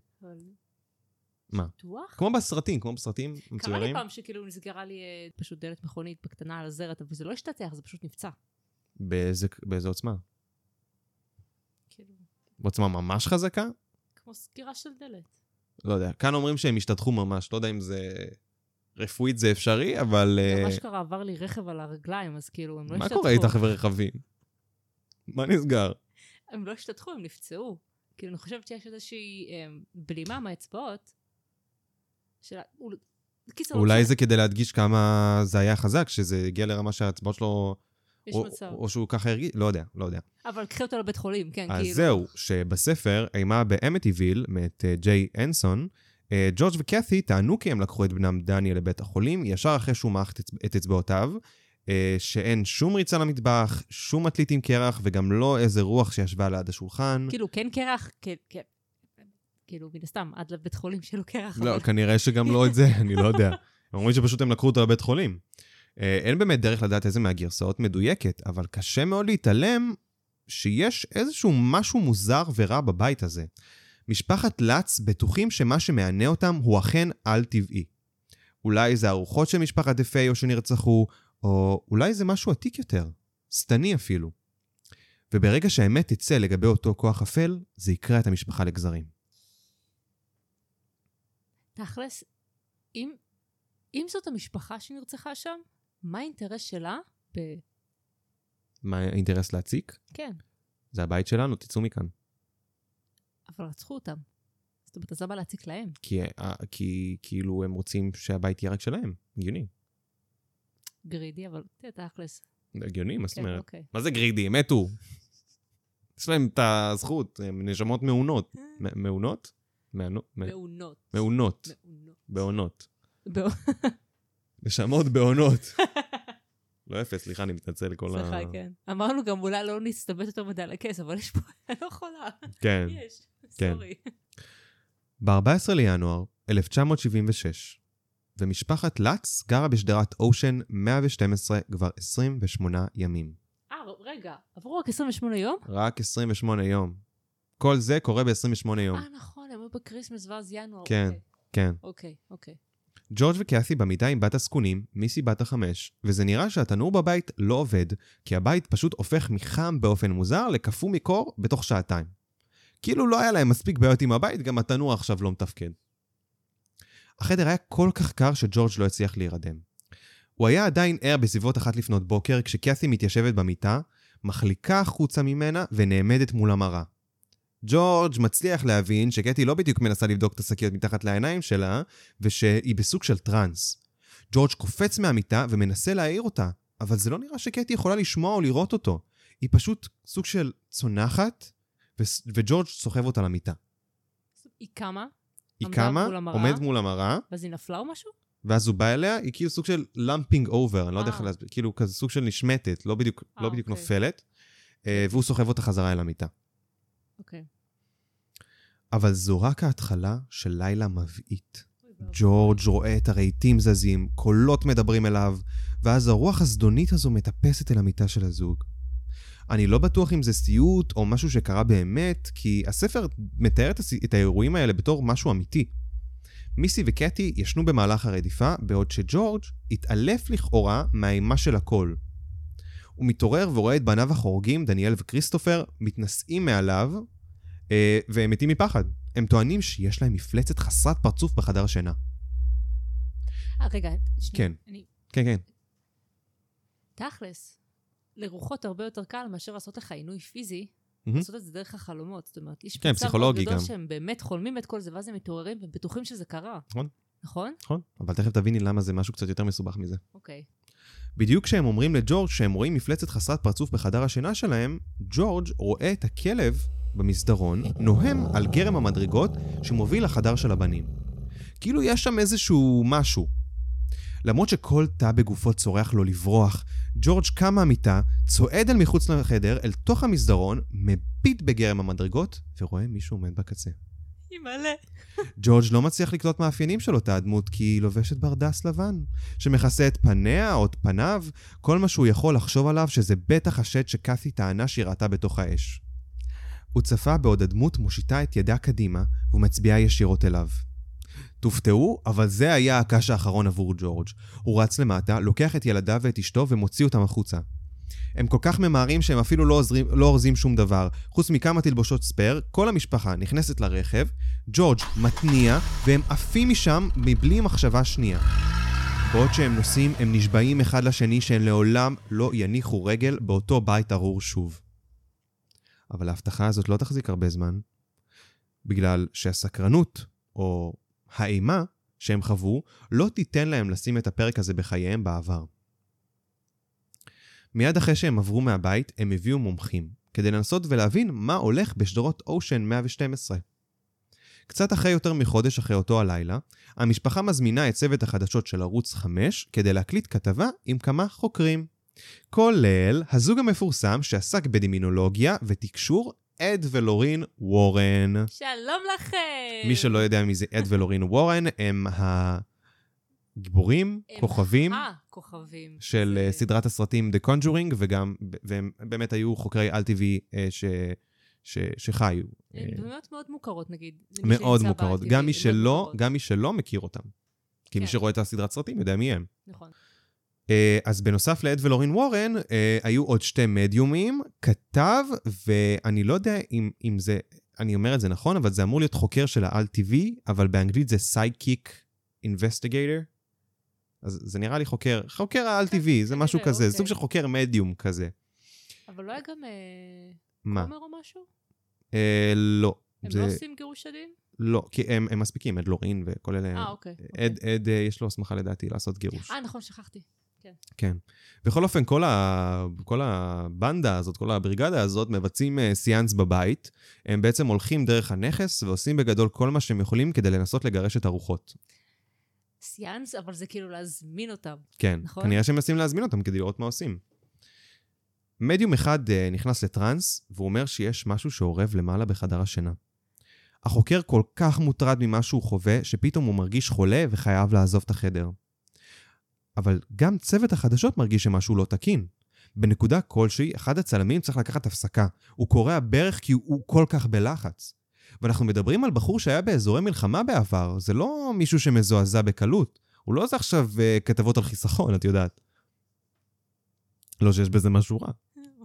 מה? שטוח? כמו בסרטים מצוירים. קרה לי פעם שכאילו נסגרה לי פשוט דלת מכונית בקטנה על הזרת, אבל זה לא השתתח, זה פשוט נפצע. באיזה עוצמה? כאילו... בעוצמה ממש חזקה? כמו סגירה של דלת. לא יודע, כאן אומרים שהם השתתחו ממש, לא יודע אם זה... רפואית זה אפשרי, אבל... ממש קרה, עבר לי רכב על הרגליים, אז כאילו הם לא השתתחו. מה קורה איתך ברכבים? מה נסגר? הם לא השתתחו, הם נפצעו. כאילו אני חושבת שיש איזושהי בלימה מהאצבעות, אולי זה כדי להדגיש כמה זה היה חזק, שזה הגיע לרמה שהאצבעות שלו... יש מצב. או שהוא ככה הרגיש, לא יודע. אבל קחי אותו לבית חולים, כן, אז כאילו. זהו, שבספר, אימה באמיטיוויל, מאת ג'יי אנסון, ג'ורג' וקאתי טענו כי הם לקחו את בנם דניאל לבית החולים, ישר אחרי שהוא מעך את אצבעותיו, שאין שום ריצה למטבח, שום מטלית עם קרח, וגם לא איזה רוח שישבה ליד השולחן. כאילו, כן קרח, כאילו, מן הסתם, עד לבית חולים שלו קרח. לא, כנראה שגם לא את זה, אני לא יודע. הם אומרים שפשוט הם לקחו אותו לבית חולים. אין באמת דרך לדעת איזה מהגרסאות מדויקת, אבל קשה מאוד להתעלם שיש איזשהו משהו מוזר ורע בבית הזה. משפחת לץ בטוחים שמה שמענה אותם הוא אכן על טבעי. אולי זה ארוחות של משפחת דפיי או שנרצחו, או אולי זה משהו עתיק יותר, סתני אפילו. וברגע שהאמת תצא לגבי אותו כוח אפל, זה יקרא את המשפחה לגזרים. תכלס, אם זאת המשפחה שנרצחה שם, מה האינטרס שלה מה האינטרס להציק? כן. זה הבית שלנו, תצאו מכאן. אבל רצחו אותם. זאת אומרת, אז למה להציק להם? כי כאילו הם רוצים שהבית יהיה רק שלהם. הגיוני. גרידי, אבל תכלס. הגיוני, מה זאת כן, אומרת? אוקיי. מה זה גרידי? הם מתו. יש להם את הזכות, הם נשמות מעונות. מעונות? מעונות. מעונות. בעונות. נשמות בעונות. לא יפה, סליחה, אני מתנצל לכל סליחה, כן. אמרנו גם אולי לא נסתבט יותר מדי על הכס, אבל יש פה, אני לא יכולה. כן. יש, כן. סורי. ב-14 לינואר 1976, ומשפחת לץ גרה בשדרת אושן 112 כבר 28 ימים. רגע, עברו רק 28 יום? רק 28 יום. כל זה קורה ב-28 יום. נכון, הם היו בקריסמס ואז ינואר. כן, כן. אוקיי. ג'ורג' וקאתי במיטה עם בת הזקונים, מיסי בת ה5, וזה נראה שהתנור בבית לא עובד, כי הבית פשוט הופך מחם באופן מוזר לקפוא מקור בתוך שעתיים. כאילו לא היה להם מספיק בעיות עם הבית, גם התנור עכשיו לא מתפקד. החדר היה כל כך קר שג'ורג' לא הצליח להירדם. הוא היה עדיין ער בסביבות 1 לפנות בוקר, כשקאתי מתיישבת במיטה, מחליקה החוצה ממנה ונעמדת מול המראה. ג'ורג' מצליח להבין שקאתי לא בדיוק מנסה לבדוק את השקיות מתחת לעיניים שלה, ושהיא בסוג של טרנס. ג'ורג' קופץ מהמיטה ומנסה להעיר אותה, אבל זה לא נראה שקאתי יכולה לשמוע או לראות אותו. היא פשוט סוג של צונחת, וג'ורג' סוחב אותה למיטה. היא קמה? היא קמה, עומדת מול המראה. ואז היא נפלה או משהו? ואז הוא בא אליה, היא כאילו סוג של lumping over, אני לא יודע איך להסביר, כאילו כזה סוג של נשמטת, לא בדיוק נופלת, והוא סוחב אותה חזרה אל המיטה. אוקיי. אבל זו רק ההתחלה של לילה מבעית. ג'ורג' רואה את הרהיטים זזים, קולות מדברים אליו, ואז הרוח הזדונית הזו מטפסת אל המיטה של הזוג. אני לא בטוח אם זה סיוט או משהו שקרה באמת, כי הספר מתאר את האירועים האלה בתור משהו אמיתי. מיסי וקאתי ישנו במהלך הרדיפה, בעוד שג'ורג' התעלף לכאורה מהאימה של הכל. הוא מתעורר ורואה את בניו החורגים, דניאל וכריסטופר, מתנשאים מעליו, והם מתים מפחד. הם טוענים שיש להם מפלצת חסרת פרצוף בחדר שינה. רגע, שנייה. כן. כן. תכלס, לרוחות הרבה יותר קל מאשר לעשות לך עינוי פיזי, לעשות את זה דרך החלומות. זאת אומרת, יש כן, פסיכולוגי גדול גם. שהם באמת חולמים את כל זה, ואז הם מתעוררים והם בטוחים שזה קרה. נכון? נכון, אבל תכף תביני למה זה משהו קצת יותר מסובך מזה. אוקיי. בדיוק כשהם אומרים לג'ורג' שהם רואים מפלצת חסרת פרצוף בחדר השינה שלהם, ג'ורג' רואה את הכלב במסדרון, נוהם על גרם המדרגות שמוביל לחדר של הבנים. כאילו יש שם איזשהו משהו. למרות שכל תא בגופו צורח לו לברוח, ג'ורג' קם מהמיטה, צועד אל מחוץ לחדר, אל תוך המסדרון, מביט בגרם המדרגות, ורואה מישהו עומד בקצה. היא מלא. ג'ורג' לא מצליח לקלוט מאפיינים של אותה הדמות, כי היא לובשת ברדס לבן, שמכסה את פניה או את פניו, כל מה שהוא יכול לחשוב עליו שזה בטח השד שקאתי טענה שהיא ראתה בתוך האש. הוא צפה בעוד הדמות מושיטה את ידה קדימה, ומצביעה ישירות אליו. תופתעו, אבל זה היה הקש האחרון עבור ג'ורג'. הוא רץ למטה, לוקח את ילדיו ואת אשתו ומוציא אותם החוצה. הם כל כך ממהרים שהם אפילו לא אורזים שום דבר. חוץ מכמה תלבושות ספר, כל המשפחה נכנסת לרכב, ג'ורג' מתניע, והם עפים משם מבלי מחשבה שנייה. בעוד שהם נוסעים, הם נשבעים אחד לשני שהם לעולם לא יניחו רגל באותו בית ארור שוב. אבל ההבטחה הזאת לא תחזיק הרבה זמן, בגלל שהסקרנות, או האימה שהם חוו, לא תיתן להם לשים את הפרק הזה בחייהם בעבר. מיד אחרי שהם עברו מהבית, הם הביאו מומחים, כדי לנסות ולהבין מה הולך בשדרות אושן 112. קצת אחרי יותר מחודש אחרי אותו הלילה, המשפחה מזמינה את צוות החדשות של ערוץ 5 כדי להקליט כתבה עם כמה חוקרים. כולל הזוג המפורסם שעסק בדמינולוגיה ותקשור, אד ולורין וורן. שלום לכם! מי שלא יודע מי זה אד ולורין וורן, הם הגיבורים, כוכבים, של סדרת הסרטים The Conjuring, והם באמת היו חוקרי על-טבעי שחיו. הן דמויות מאוד מוכרות, נגיד. מאוד מוכרות. גם מי שלא מכיר אותם. כי מי שרואה את הסדרת סרטים יודע מי הם. נכון. אז בנוסף לאד ולורין וורן, היו עוד 2 מדיומים, כתב, ואני לא יודע אם זה אני אומר את זה נכון, אבל זה אמור להיות חוקר של ה-Al-TV, אבל באנגלית זה Psychic Investigator. אז זה נראה לי חוקר ה-Al-TV, זה משהו כזה, סוג של חוקר מדיום כזה. אבל לא היה גם כומר או משהו? לא. הם לא עושים גירוש הדין? לא, כי הם מספיקים, עד לורין וכל אלה. אוקיי. עד יש לו הסמכה לדעתי לעשות גירוש. נכון, שכחתי. כן. בכל אופן, כל הבנדה הזאת, כל הבריגדה הזאת, מבצעים סיאנס בבית. הם בעצם הולכים דרך הנכס, ועושים בגדול כל מה שהם יכולים כדי לנסות לגרש את הרוחות. סיאנס, אבל זה כאילו להזמין אותם. כן, נכון? כנראה שהם מנסים להזמין אותם כדי לראות מה עושים. מדיום אחד נכנס לטרנס, והוא אומר שיש משהו שעורב למעלה בחדר השינה. החוקר כל כך מוטרד ממה שהוא חווה, שפתאום הוא מרגיש חולה וחייב לעזוב את החדר. אבל גם צוות החדשות מרגיש שמשהו לא תקין. בנקודה כלשהי, אחד הצלמים צריך לקחת הפסקה. הוא קורע ברך כי הוא כל כך בלחץ. ואנחנו מדברים על בחור שהיה באזורי מלחמה בעבר. זה לא מישהו שמזועזע בקלות. הוא לא עושה עכשיו כתבות על חיסכון, את יודעת. לא שיש בזה משהו רע.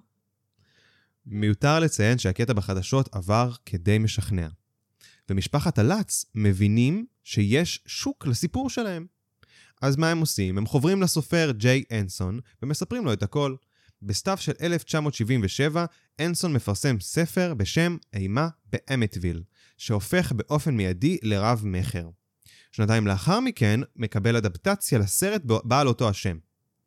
מיותר לציין שהקטע בחדשות עבר כדי משכנע. ומשפחת הלץ מבינים שיש שוק לסיפור שלהם. אז מה הם עושים? הם חוברים לסופר ג'יי אנסון ומספרים לו את הכל. בסתיו של 1977, אנסון מפרסם ספר בשם אימה באמטוויל, שהופך באופן מיידי לרב מחר. שנתיים לאחר מכן מקבל אדפטציה לסרט בעל אותו השם.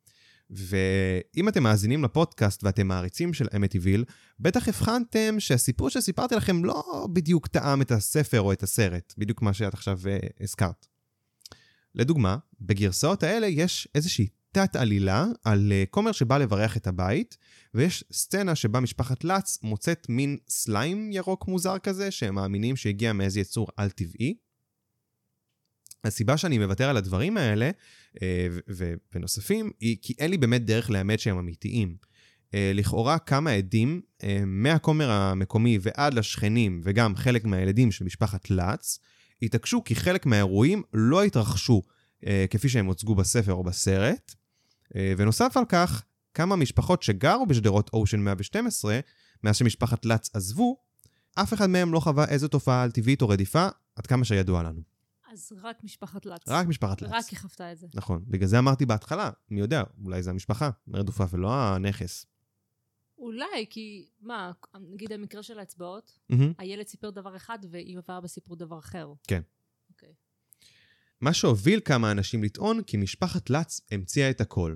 ואם אתם מאזינים לפודקאסט ואתם מעריצים של אמטוויל, בטח הבחנתם שהסיפור שסיפרתי לכם לא בדיוק טעם את הספר או את הסרט, בדיוק מה שאת עכשיו הזכרת. לדוגמה, בגרסאות האלה יש איזושהי תת עלילה על כומר שבא לברך את הבית, ויש סצנה שבה משפחת לץ מוצאת מין סליים ירוק מוזר כזה, שהם מאמינים שהגיע מאיזה יצור על טבעי. הסיבה שאני מוותר על הדברים האלה, ונוספים, היא כי אין לי באמת דרך לאמת שהם אמיתיים. לכאורה כמה עדים, מהכומר המקומי ועד לשכנים, וגם חלק מהילדים של משפחת לץ, התעקשו כי חלק מהאירועים לא התרחשו כפי שהם הוצגו בספר או בסרט. ונוסף על כך, כמה משפחות שגרו בשדרות אושן 112, מאז שמשפחת לץ עזבו, אף אחד מהם לא חווה איזו תופעה על טבעית או רדיפה, עד כמה שידוע לנו. אז רק משפחת לץ. רק משפחת לץ. רק היא חוותה את זה. נכון. בגלל זה אמרתי בהתחלה, מי יודע, אולי זה המשפחה, רדופה ולא הנכס. אולי, כי, מה, נגיד המקרה של האצבעות, הילד סיפר דבר אחד ואמא ואבא סיפרו דבר אחר. כן. אוקיי. מה שהוביל כמה אנשים לטעון כי משפחת לץ המציאה את הכל.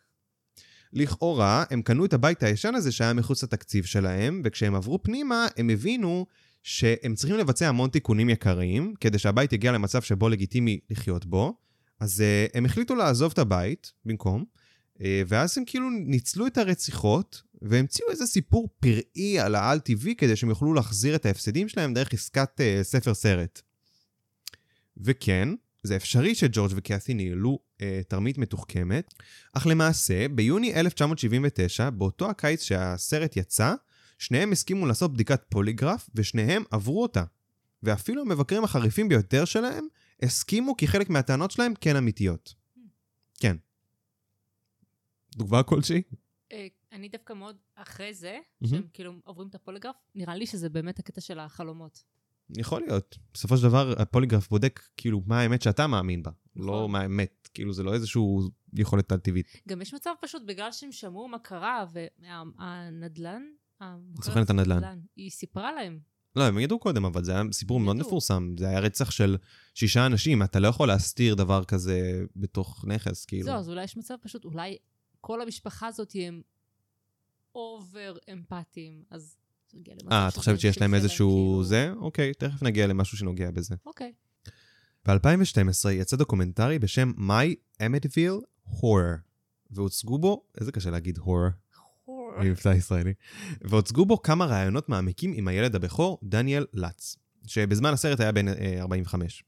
לכאורה, הם קנו את הבית הישן הזה שהיה מחוץ לתקציב שלהם, וכשהם עברו פנימה, הם הבינו שהם צריכים לבצע המון תיקונים יקרים, כדי שהבית יגיע למצב שבו לגיטימי לחיות בו, אז הם החליטו לעזוב את הבית במקום, ואז הם כאילו ניצלו את הרציחות, והמציאו איזה סיפור פראי על ה-Al-TV, כדי שהם יוכלו להחזיר את ההפסדים שלהם דרך עסקת ספר סרט. וכן, זה אפשרי שג'ורג' וקאתי ניהלו תרמית מתוחכמת, אך למעשה, ביוני 1979, באותו הקיץ שהסרט יצא, שניהם הסכימו לעשות בדיקת פוליגרף, ושניהם עברו אותה. ואפילו המבקרים החריפים ביותר שלהם, הסכימו כי חלק מהטענות שלהם כן אמיתיות. כן. דוגמה כלשהי? אני דווקא מאוד אחרי זה, שהם כאילו עוברים את הפוליגרף, נראה לי שזה באמת הקטע של החלומות. יכול להיות. בסופו של דבר, הפוליגרף בודק כאילו מה האמת שאתה מאמין בה. לא מה האמת. כאילו זה לא איזשהו יכולת על-טבעית. גם יש מצב פשוט בגלל שהם שמעו מה קרה, והנדל"ן, סוכנת הנדל"ן. היא סיפרה להם. לא, הם ידעו קודם, אבל זה היה סיפור מאוד מפורסם. זה היה רצח של 6 אנשים. אתה לא יכול להסתיר דבר כזה בתוך נכס, כאילו. זהו, אז אולי יש מצב פשוט, אולי כל המשפחה הזאת הם אובר אמפתיים, אז את חושבת שיש להם איזשהו זה? אוקיי, תכף נגיע למשהו שנוגע בזה. אוקיי. ב-2012 יצא דוקומנטרי בשם My Amityville Horror, והוצגו בו, איזה קשה להגיד horror, מבטא ישראלי, והוצגו בו כמה רעיונות מעמיקים עם הילד הבכור, דניאל לץ, שבזמן הסרט היה בן 45.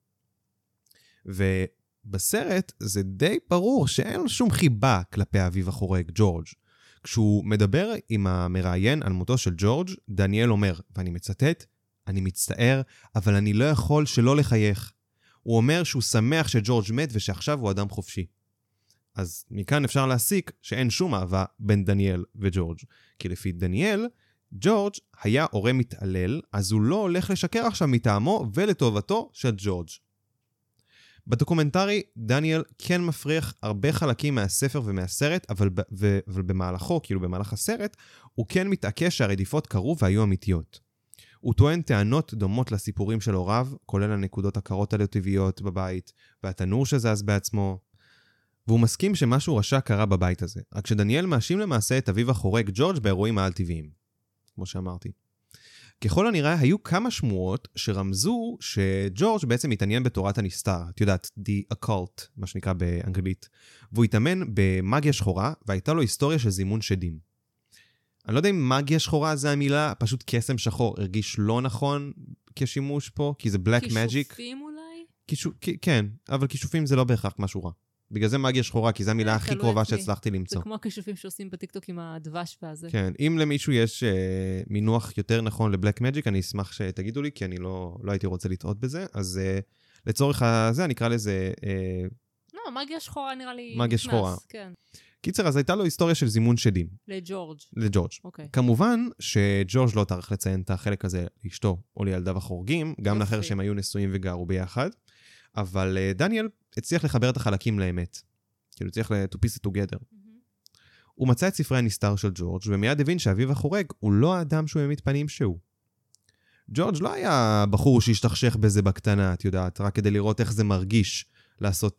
ובסרט זה די ברור שאין לו שום חיבה כלפי אביו החורג, ג'ורג'. כשהוא מדבר עם המראיין על מותו של ג'ורג', דניאל אומר, ואני מצטט, אני מצטער, אבל אני לא יכול שלא לחייך. הוא אומר שהוא שמח שג'ורג' מת ושעכשיו הוא אדם חופשי. אז מכאן אפשר להסיק שאין שום אהבה בין דניאל וג'ורג'. כי לפי דניאל, ג'ורג' היה הורה מתעלל, אז הוא לא הולך לשקר עכשיו מטעמו ולטובתו של ג'ורג'. בדוקומנטרי, דניאל כן מפריח הרבה חלקים מהספר ומהסרט, אבל במהלכו, כאילו במהלך הסרט, הוא כן מתעקש שהרדיפות קרו והיו אמיתיות. הוא טוען טענות דומות לסיפורים של הוריו, כולל הנקודות הקרות הטבעיות בבית, והתנור שזז בעצמו, והוא מסכים שמשהו רשע קרה בבית הזה, רק שדניאל מאשים למעשה את אביו החורג ג'ורג' באירועים העל-טבעיים, כמו שאמרתי. ככל הנראה, היו כמה שמועות שרמזו שג'ורג' בעצם התעניין בתורת הנסתר, את יודעת, the occult, מה שנקרא באנגלית, והוא התאמן במאגיה שחורה, והייתה לו היסטוריה של זימון שדים. אני לא יודע אם מאגיה שחורה זה המילה, פשוט קסם שחור הרגיש לא נכון כשימוש פה, כי זה black magic. כישופים אולי? כן, אבל כישופים זה לא בהכרח משהו רע. בגלל זה מאגיה שחורה, כי זו המילה הכי קרובה שהצלחתי למצוא. זה כמו הכישופים שעושים בטיקטוק עם הדבש והזה. כן, אם למישהו יש מינוח יותר נכון לבלק מג'יק, אני אשמח שתגידו לי, כי אני לא הייתי רוצה לטעות בזה, אז לצורך הזה אני אקרא לזה... לא, מאגיה שחורה נראה לי נכנס. מאגיה שחורה. כן. קיצר, אז הייתה לו היסטוריה של זימון שדים. לג'ורג'. אוקיי. כמובן שג'ורג' לא טרח לציין את החלק הזה לאשתו או לילדיו החורגים, גם לאחר שהם היו נשואים וגרו ביחד. אבל דניאל הצליח לחבר את החלקים לאמת. כאילו, הצליח to piece it together. הוא מצא את ספרי הנסתר של ג'ורג' ומיד הבין שאביו החורג הוא לא האדם שהוא העמיד פנים שהוא. ג'ורג' לא היה בחור שהשתכשך בזה בקטנה, את יודעת, רק כדי לראות איך זה מרגיש לעשות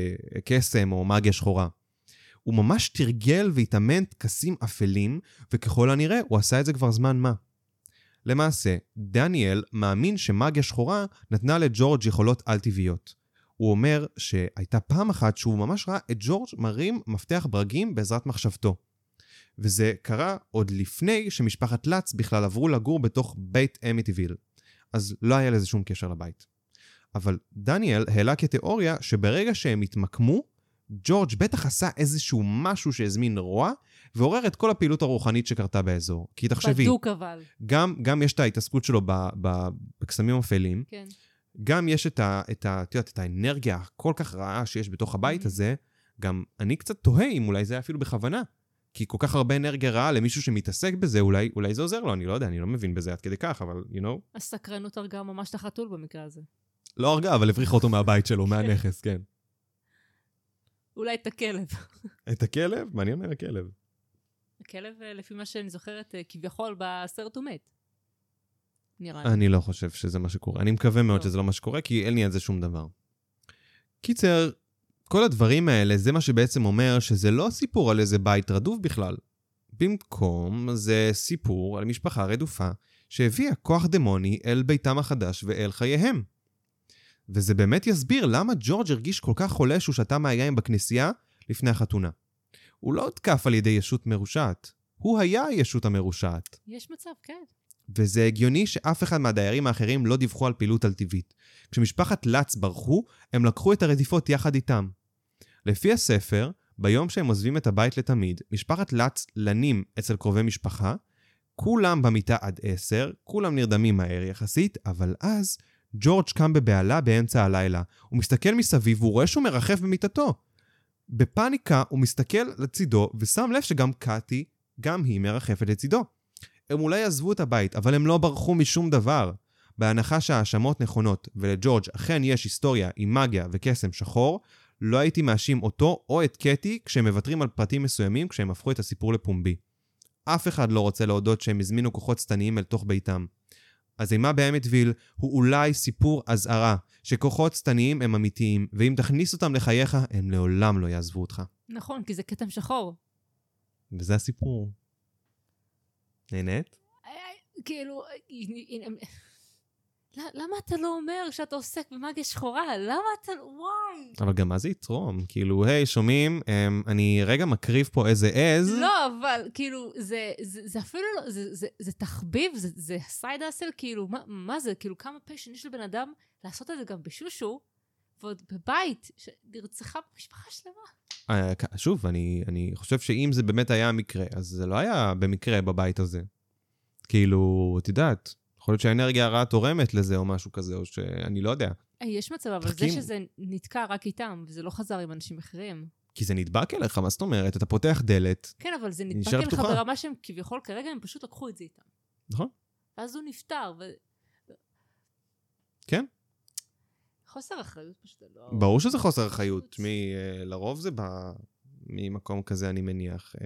קסם או מאגיה שחורה. הוא ממש תרגל והתאמן טקסים אפלים, וככל הנראה הוא עשה את זה כבר זמן מה. למעשה, דניאל מאמין שמאגיה שחורה נתנה לג'ורג' יכולות על-טבעיות. הוא אומר שהייתה פעם אחת שהוא ממש ראה את ג'ורג' מרים מפתח ברגים בעזרת מחשבתו. וזה קרה עוד לפני שמשפחת לץ בכלל עברו לגור בתוך בית אמיטיביל. אז לא היה לזה שום קשר לבית. אבל דניאל העלה כתיאוריה שברגע שהם התמקמו, ג'ורג' בטח עשה איזשהו משהו שהזמין רוע, ועורר את כל הפעילות הרוחנית שקרתה באזור. כי תחשבי, בדוק אבל. גם יש את ההתעסקות שלו בקסמים אפלים, כן. גם יש את האנרגיה כל כך רעה שיש בתוך הבית הזה, גם אני קצת תוהה אם אולי זה אפילו בכוונה. כי כל כך הרבה אנרגיה רעה למישהו שמתעסק בזה, אולי זה עוזר לו, אני לא יודע, אני לא מבין בזה עד כדי כך, אבל you know. הסקרנות הרגה ממש את החתול במקרה הזה. לא הרגה, אבל הבריחה אותו מהבית שלו, מהנכס, כן. אולי את הכלב. את הכלב? מה אני אומר הכלב? הכלב, לפי מה שאני זוכרת, כביכול בסרט הוא מת. נראה לי. אני לא חושב שזה מה שקורה. אני מקווה מאוד שזה לא מה שקורה, כי אין לי על זה שום דבר. קיצר, כל הדברים האלה, זה מה שבעצם אומר שזה לא סיפור על איזה בית רדוף בכלל. במקום, זה סיפור על משפחה רדופה, שהביאה כוח דמוני אל ביתם החדש ואל חייהם. וזה באמת יסביר למה ג'ורג' הרגיש כל כך חולה שהוא שתה מהיין בכנסייה לפני החתונה. הוא לא הותקף על ידי ישות מרושעת. הוא היה הישות המרושעת. יש מצב, כן. וזה הגיוני שאף אחד מהדיירים האחרים לא דיווחו על פעילות על טבעית. כשמשפחת לץ ברחו, הם לקחו את הרדיפות יחד איתם. לפי הספר, ביום שהם עוזבים את הבית לתמיד, משפחת לץ לנים אצל קרובי משפחה, כולם במיטה עד 10, כולם נרדמים מהר יחסית, אבל אז ג'ורג' קם בבעלה באמצע הלילה. הוא מסתכל מסביב והוא רואה שהוא מרחף במיטתו. בפאניקה הוא מסתכל לצידו ושם לב שגם קאטי, גם היא מרחפת לצידו. הם אולי עזבו את הבית, אבל הם לא ברחו משום דבר. בהנחה שהאשמות נכונות, ולג'ורג' אכן יש היסטוריה עם מגיה וקסם שחור, לא הייתי מאשים אותו או את קאטי כשהם מוותרים על פרטים מסוימים כשהם הפכו את הסיפור לפומבי. אף אחד לא רוצה להודות שהם הזמינו כוחות שטניים אל תוך ביתם. אז אימה באמיתוויל הוא אולי סיפור אזהרה, שכוחות שטניים הם אמיתיים, ואם תכניס אותם לחייך, הם לעולם לא יעזבו אותך. נכון, כי זה כתם שחור. וזה הסיפור. נהנית? כאילו, למה אתה לא אומר שאתה עוסק במאגיה שחורה? למה אתה... וואי! אבל גם מה זה יתרום? כאילו, היי, שומעים, אני רגע מקריב פה איזה עז. לא, אבל כאילו, זה אפילו לא, זה תחביב, זה סייד אסל, כאילו, מה זה? כאילו, כמה פשן יש לבן אדם לעשות את זה גם בשושו, ועוד בבית, שנרצחה במשפחה שלמה. שוב, אני חושב שאם זה באמת היה המקרה, אז זה לא היה במקרה בבית הזה. כאילו, את יודעת, יכול להיות שהאנרגיה הרעה תורמת לזה או משהו כזה, או שאני לא יודע. יש מצב, אבל זה שזה נתקע רק איתם, וזה לא חזר עם אנשים אחרים. כי זה נדבק אליך, מה זאת אומרת? אתה פותח דלת. כן, אבל זה נדבק נשארת אליך פתוחה. ברמה שהם כביכול כרגע, הם פשוט לקחו את זה איתם. נכון. ואז הוא נפטר, כן. חוסר אחריות פשוט לא... ברור שזה חוסר אחריות. לרוב זה בא ממקום כזה, אני מניח.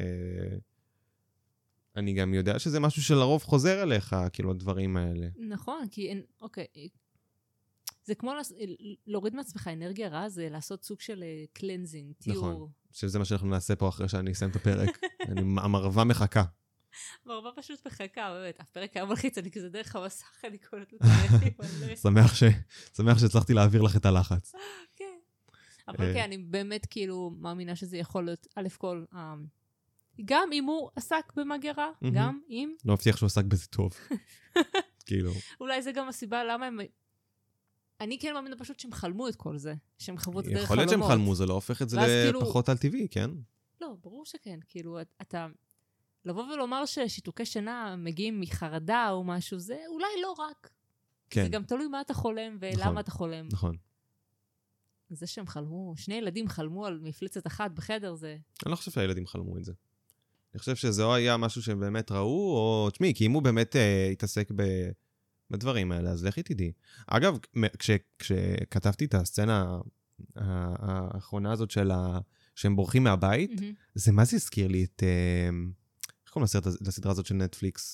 אני גם יודע שזה משהו שלרוב חוזר אליך, כאילו, הדברים האלה. נכון, כי אין... אוקיי. זה כמו להוריד מעצמך אנרגיה רעה, זה לעשות סוג של קלנזינג, טיור. נכון. שזה מה שאנחנו נעשה פה אחרי שאני אסיים את הפרק. המרווה מחכה. מרווה פשוט מחכה, באמת. הפרק היה מלחיץ, אני כזה דרך המסך, אני קולט את זה. שמח שהצלחתי להעביר לך את הלחץ. כן. אבל כן, אני באמת כאילו מאמינה שזה יכול להיות, א' כל, גם אם הוא עסק במגרה, גם אם... לא מבטיח שהוא עסק בזה טוב. כאילו... אולי זה גם הסיבה למה הם... אני כן מאמינה פשוט שהם חלמו את כל זה, שהם חוו את דרך חלומות. יכול להיות שהם חלמו, זה לא הופך את זה לפחות על טבעי, כן? לא, ברור שכן. כאילו, אתה... לבוא ולומר ששיתוקי שינה מגיעים מחרדה או משהו, זה אולי לא רק. כן. זה גם תלוי מה אתה חולם ולמה אתה חולם. נכון. זה שהם חלמו, שני ילדים חלמו על מפלצת אחת בחדר, זה... אני לא חושב שהילדים חלמו את זה. אני חושב שזה או היה משהו שהם באמת ראו, או... תשמעי, כי אם הוא באמת התעסק בדברים האלה, אז לכי תדעי. אגב, כשכתבתי את הסצנה האחרונה הזאת שהם בורחים מהבית, זה מה זה הזכיר לי את... איך קוראים לסדרה הזאת של נטפליקס?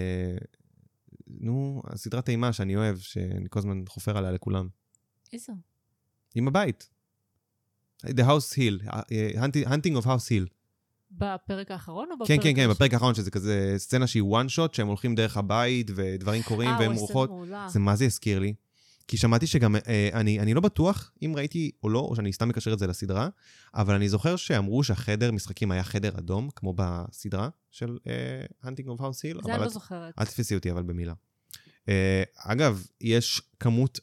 נו, הסדרת אימה שאני אוהב, שאני כל הזמן חופר עליה לכולם. איזו? עם הבית. The House Hill, Hunting of House Hill. בפרק האחרון או בפרק כן, כן, כן, בפרק האחרון, שזה כזה סצנה שהיא one shot, שהם הולכים דרך הבית, ודברים קורים, והם רוחות. זה מה זה הזכיר לי? כי שמעתי שגם, אני לא בטוח אם ראיתי או לא, או שאני סתם מקשר את זה לסדרה, אבל אני זוכר שאמרו שהחדר משחקים היה חדר אדום, כמו בסדרה של Hunting of House Hill. זה אני לא זוכרת. אל תפסי אותי, אבל במילה. אגב, יש כמות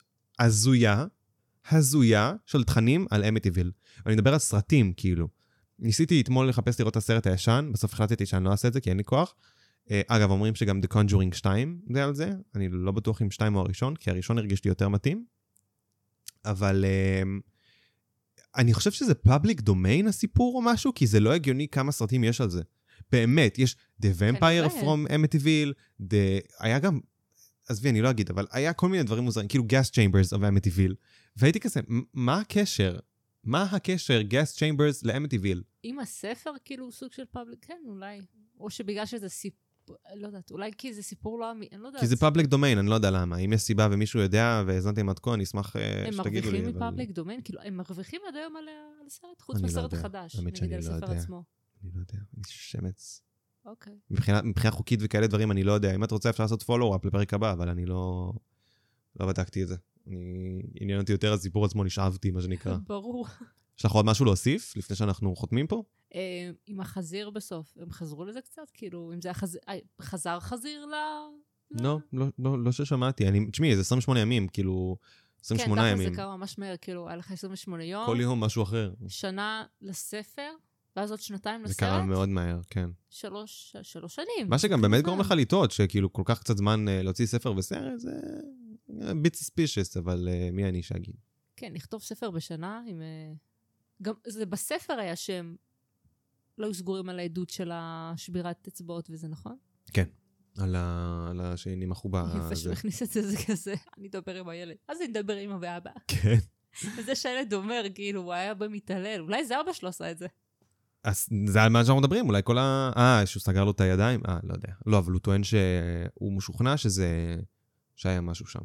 הזויה של תכנים על אמיטיביל. ואני מדבר על סרטים, כאילו. ניסיתי אתמול לחפש לראות את הסרט הישן, בסוף החלטתי שאני לא אעשה את זה, כי אין לי כוח. אגב, אומרים שגם The Conjuring 2 זה על זה, אני לא בטוח אם 2 הוא הראשון, כי הראשון הרגיש לי יותר מתאים. אבל אני חושב שזה public domain הסיפור או משהו, כי זה לא הגיוני כמה סרטים יש על זה. באמת, יש The Vampire from Amityville, היה גם, עזבי, אני לא אגיד, אבל היה כל מיני דברים מוזרים, כאילו Gas Chambers of Amityville, והייתי כזה, מה הקשר? מה הקשר Gas Chambers לאמיטיביל? עם הספר, כאילו, סוג של פאבליק, כן, אולי. או שבגלל שזה סיפור, לא יודעת, אולי כי זה סיפור לא אמין, אני לא יודעת. כי זה פאבליק דומיין, אני לא יודע למה. אם יש סיבה ומישהו יודע והזנתי מתכון, אני אשמח שתגידו לי. הם מרוויחים מפאבליק דומיין? כאילו, הם מרוויחים עד היום על הסרט, חוץ מהסרט החדש. נגיד על הספר עצמו. אני לא יודע, אני שמץ. אוקיי. מבחינה חוקית וכאלה דברים, אני לא יודע. אם את רוצה, אפשר לעשות פולו-אפ לפרק הבא, אבל אני לא בדקתי את זה. עניין אותי יותר הסיפור עצמו, נשאבתי, מה שנקרא. ברור. יש לך עוד משהו להוסיף, לפני שאנחנו חותמים פה? עם החזיר בסוף, הם חזרו לזה קצת? כאילו, אם זה חזר חזיר לא ששמעתי. תשמעי, זה 28 ימים, כאילו, 28 ימים. כן, זה קרה ממש מהר, כאילו, היה לך 28 יום. כל יום משהו אחר. שנה לספר, ואז עוד שנתיים לסרט. זה קרה מאוד מהר, כן. 3 שנים. מה שגם באמת גורם לך לטעות, שכאילו כל כך קצת זמן להוציא ספר וסרט, זה bit suspicious, אבל מי אני שאגיד? כן, לכתוב ספר בשנה, גם זה בספר היה שהם לא היו סגורים על העדות של השבירת אצבעות, וזה נכון? כן, על שנמחו בה. יפה שהוא הכניס את זה כזה, אני אדבר עם הילד, אז אני אדבר עם אבא ואבא. כן. וזה שהילד אומר, כאילו, הוא היה במתעלל, אולי זה אבא שלו עשה את זה. אז זה על מה שאנחנו מדברים, אולי כל שהוא סגר לו את הידיים? לא יודע. לא, אבל הוא טוען שהוא משוכנע שהיה משהו שם.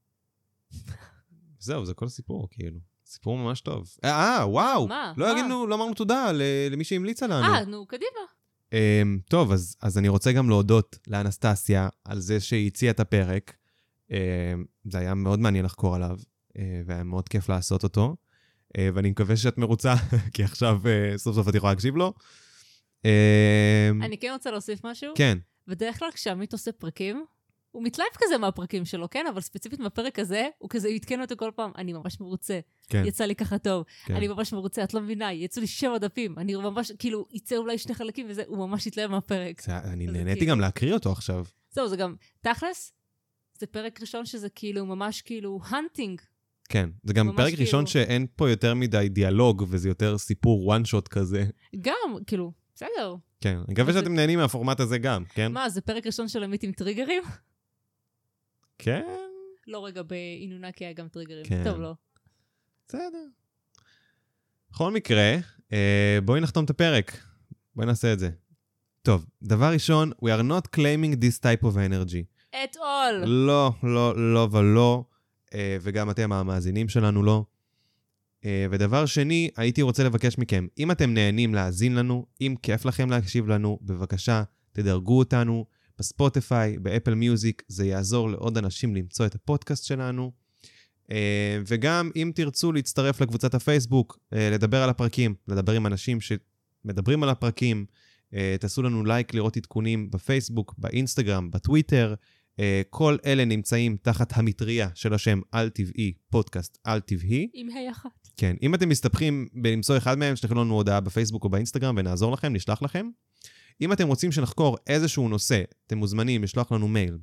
זהו, זה כל הסיפור, כאילו. סיפור ממש טוב. וואו! לא אמרנו תודה למי שהמליצה לנו. נו, קדימה. טוב, אז אני רוצה גם להודות לאנסטסיה על זה שהיא הציעה את הפרק. זה היה מאוד מעניין לחקור עליו, והיה מאוד כיף לעשות אותו. ואני מקווה שאת מרוצה, כי עכשיו סוף סוף את יכולה להקשיב לו. אני כן רוצה להוסיף משהו. כן. בדרך כלל כשעמית עושה פרקים, הוא מתלהב כזה מהפרקים שלו, כן? אבל ספציפית מהפרק הזה, הוא כזה יתקן אותו כל פעם, אני ממש מרוצה. כן. יצא לי ככה טוב. כן. אני ממש מרוצה, את לא מבינה, יצאו לי 7 דפים. אני ממש, כאילו, יצא אולי 2 חלקים וזה, הוא ממש יתלהב מהפרק. אני נהניתי גם להקריא אותו עכשיו. זהו, זה גם, תכלס, זה פרק ראשון שזה כאילו, ממש כאילו, hunting כן, זה גם ממש פרק ראשון כאילו- שאין פה יותר מדי דיאלוג, וזה יותר סיפור one shot כזה. גם, כאילו, בסדר. כן, אני מקווה אז שאתם נהנים מהפורמט הזה גם, כן? מה, זה פרק ראשון של עמית עם טריגרים? כן, לא, רגע, באינונקי היה גם טריגרים. כן. טוב, לא. בסדר. בכל מקרה, בואי נחתום את הפרק. בואי נעשה את זה. טוב, דבר ראשון, we are not claiming this type of energy. את all. לא, לא, לא ולא, וגם אתם המאזינים שלנו לא. ודבר שני, הייתי רוצה לבקש מכם, אם אתם נהנים להאזין לנו, אם כיף לכם להקשיב לנו, בבקשה, תדרגו אותנו בספוטיפיי, באפל מיוזיק, זה יעזור לעוד אנשים למצוא את הפודקאסט שלנו. וגם אם תרצו להצטרף לקבוצת הפייסבוק, לדבר על הפרקים, לדבר עם אנשים שמדברים על הפרקים, תעשו לנו לייק לראות עדכונים בפייסבוק, באינסטגרם, בטוויטר, כל אלה נמצאים תחת המטריה של השם על טבעי, פודקאסט על טבעי. עם היי אחת. כן, אם אתם מסתבכים בלמצוא אחד מהם, שתכנו לנו הודעה בפייסבוק או באינסטגרם ונעזור לכם, נשלח לכם. אם אתם רוצים שנחקור איזשהו נושא, אתם מוזמנים לשלוח לנו מייל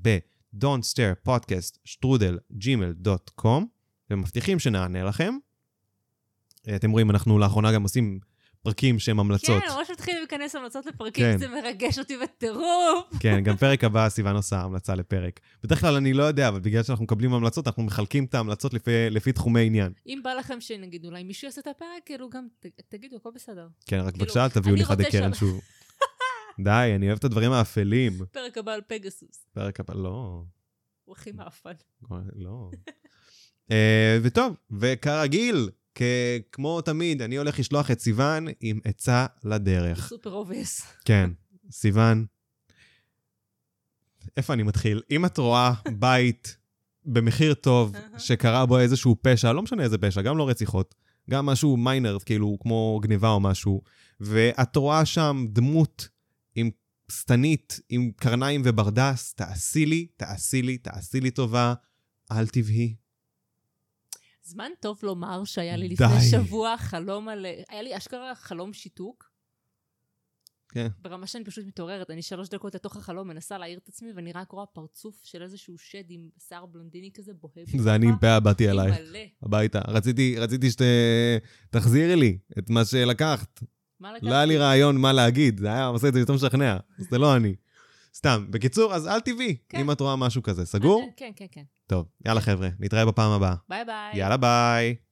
ב-don'tstarepodcast@gmail.com ומבטיחים שנענה לכם. אתם רואים, אנחנו לאחרונה גם עושים פרקים שהם המלצות. כן, ממש מתחילים להיכנס המלצות לפרקים, כן. זה מרגש אותי בטירוף. כן, גם פרק הבא סיוון עושה המלצה לפרק. בדרך כלל אני לא יודע, אבל בגלל שאנחנו מקבלים המלצות, אנחנו מחלקים את ההמלצות לפי תחומי עניין. אם בא לכם שנגיד, אולי מישהו יעשה את הפרק, כאילו גם, תגידו, הכל בסדר. כן, רק כאילו, בבקשה, תביאו אני לי חדי רוצה קרן שוב. די, אני אוהב את הדברים האפלים. פרק הבא על פגסוס. פרק הבא, לא. הוא הכי מאפן. לא. וטוב, וכרגיל, כמו תמיד, אני הולך לשלוח את סיוון עם עצה לדרך. סופר אובייס. כן, סיוון. איפה אני מתחיל? אם את רואה בית במחיר טוב, שקרה בו איזשהו פשע, לא משנה איזה פשע, גם לא רציחות, גם משהו מיינר, כאילו כמו גניבה או משהו, ואת רואה שם דמות עם סטנית, עם קרניים וברדס, תעשי לי טובה, אל תבהי. זמן טוב לומר שהיה לי די. לפני שבוע חלום על... היה לי אשכרה חלום שיתוק. כן. ברמה שאני פשוט מתעוררת. אני 3 דקות לתוך החלום מנסה להעיר את עצמי, ואני רק רואה פרצוף של איזשהו שד עם שיער בלונדיני כזה בוהה. זה אני עם פאה באתי מלא. אלייך, הביתה. רציתי שתחזירי לי את מה שלקחת. מה לקחת? לא היה לי רעיון מה להגיד, זה היה עושה את זה יותר משכנע, זה לא אני. סתם, בקיצור, אז אל תביא, כן. אם את רואה משהו כזה. סגור? כן. טוב, יאללה חבר'ה, נתראה בפעם הבאה. ביי ביי. יאללה ביי.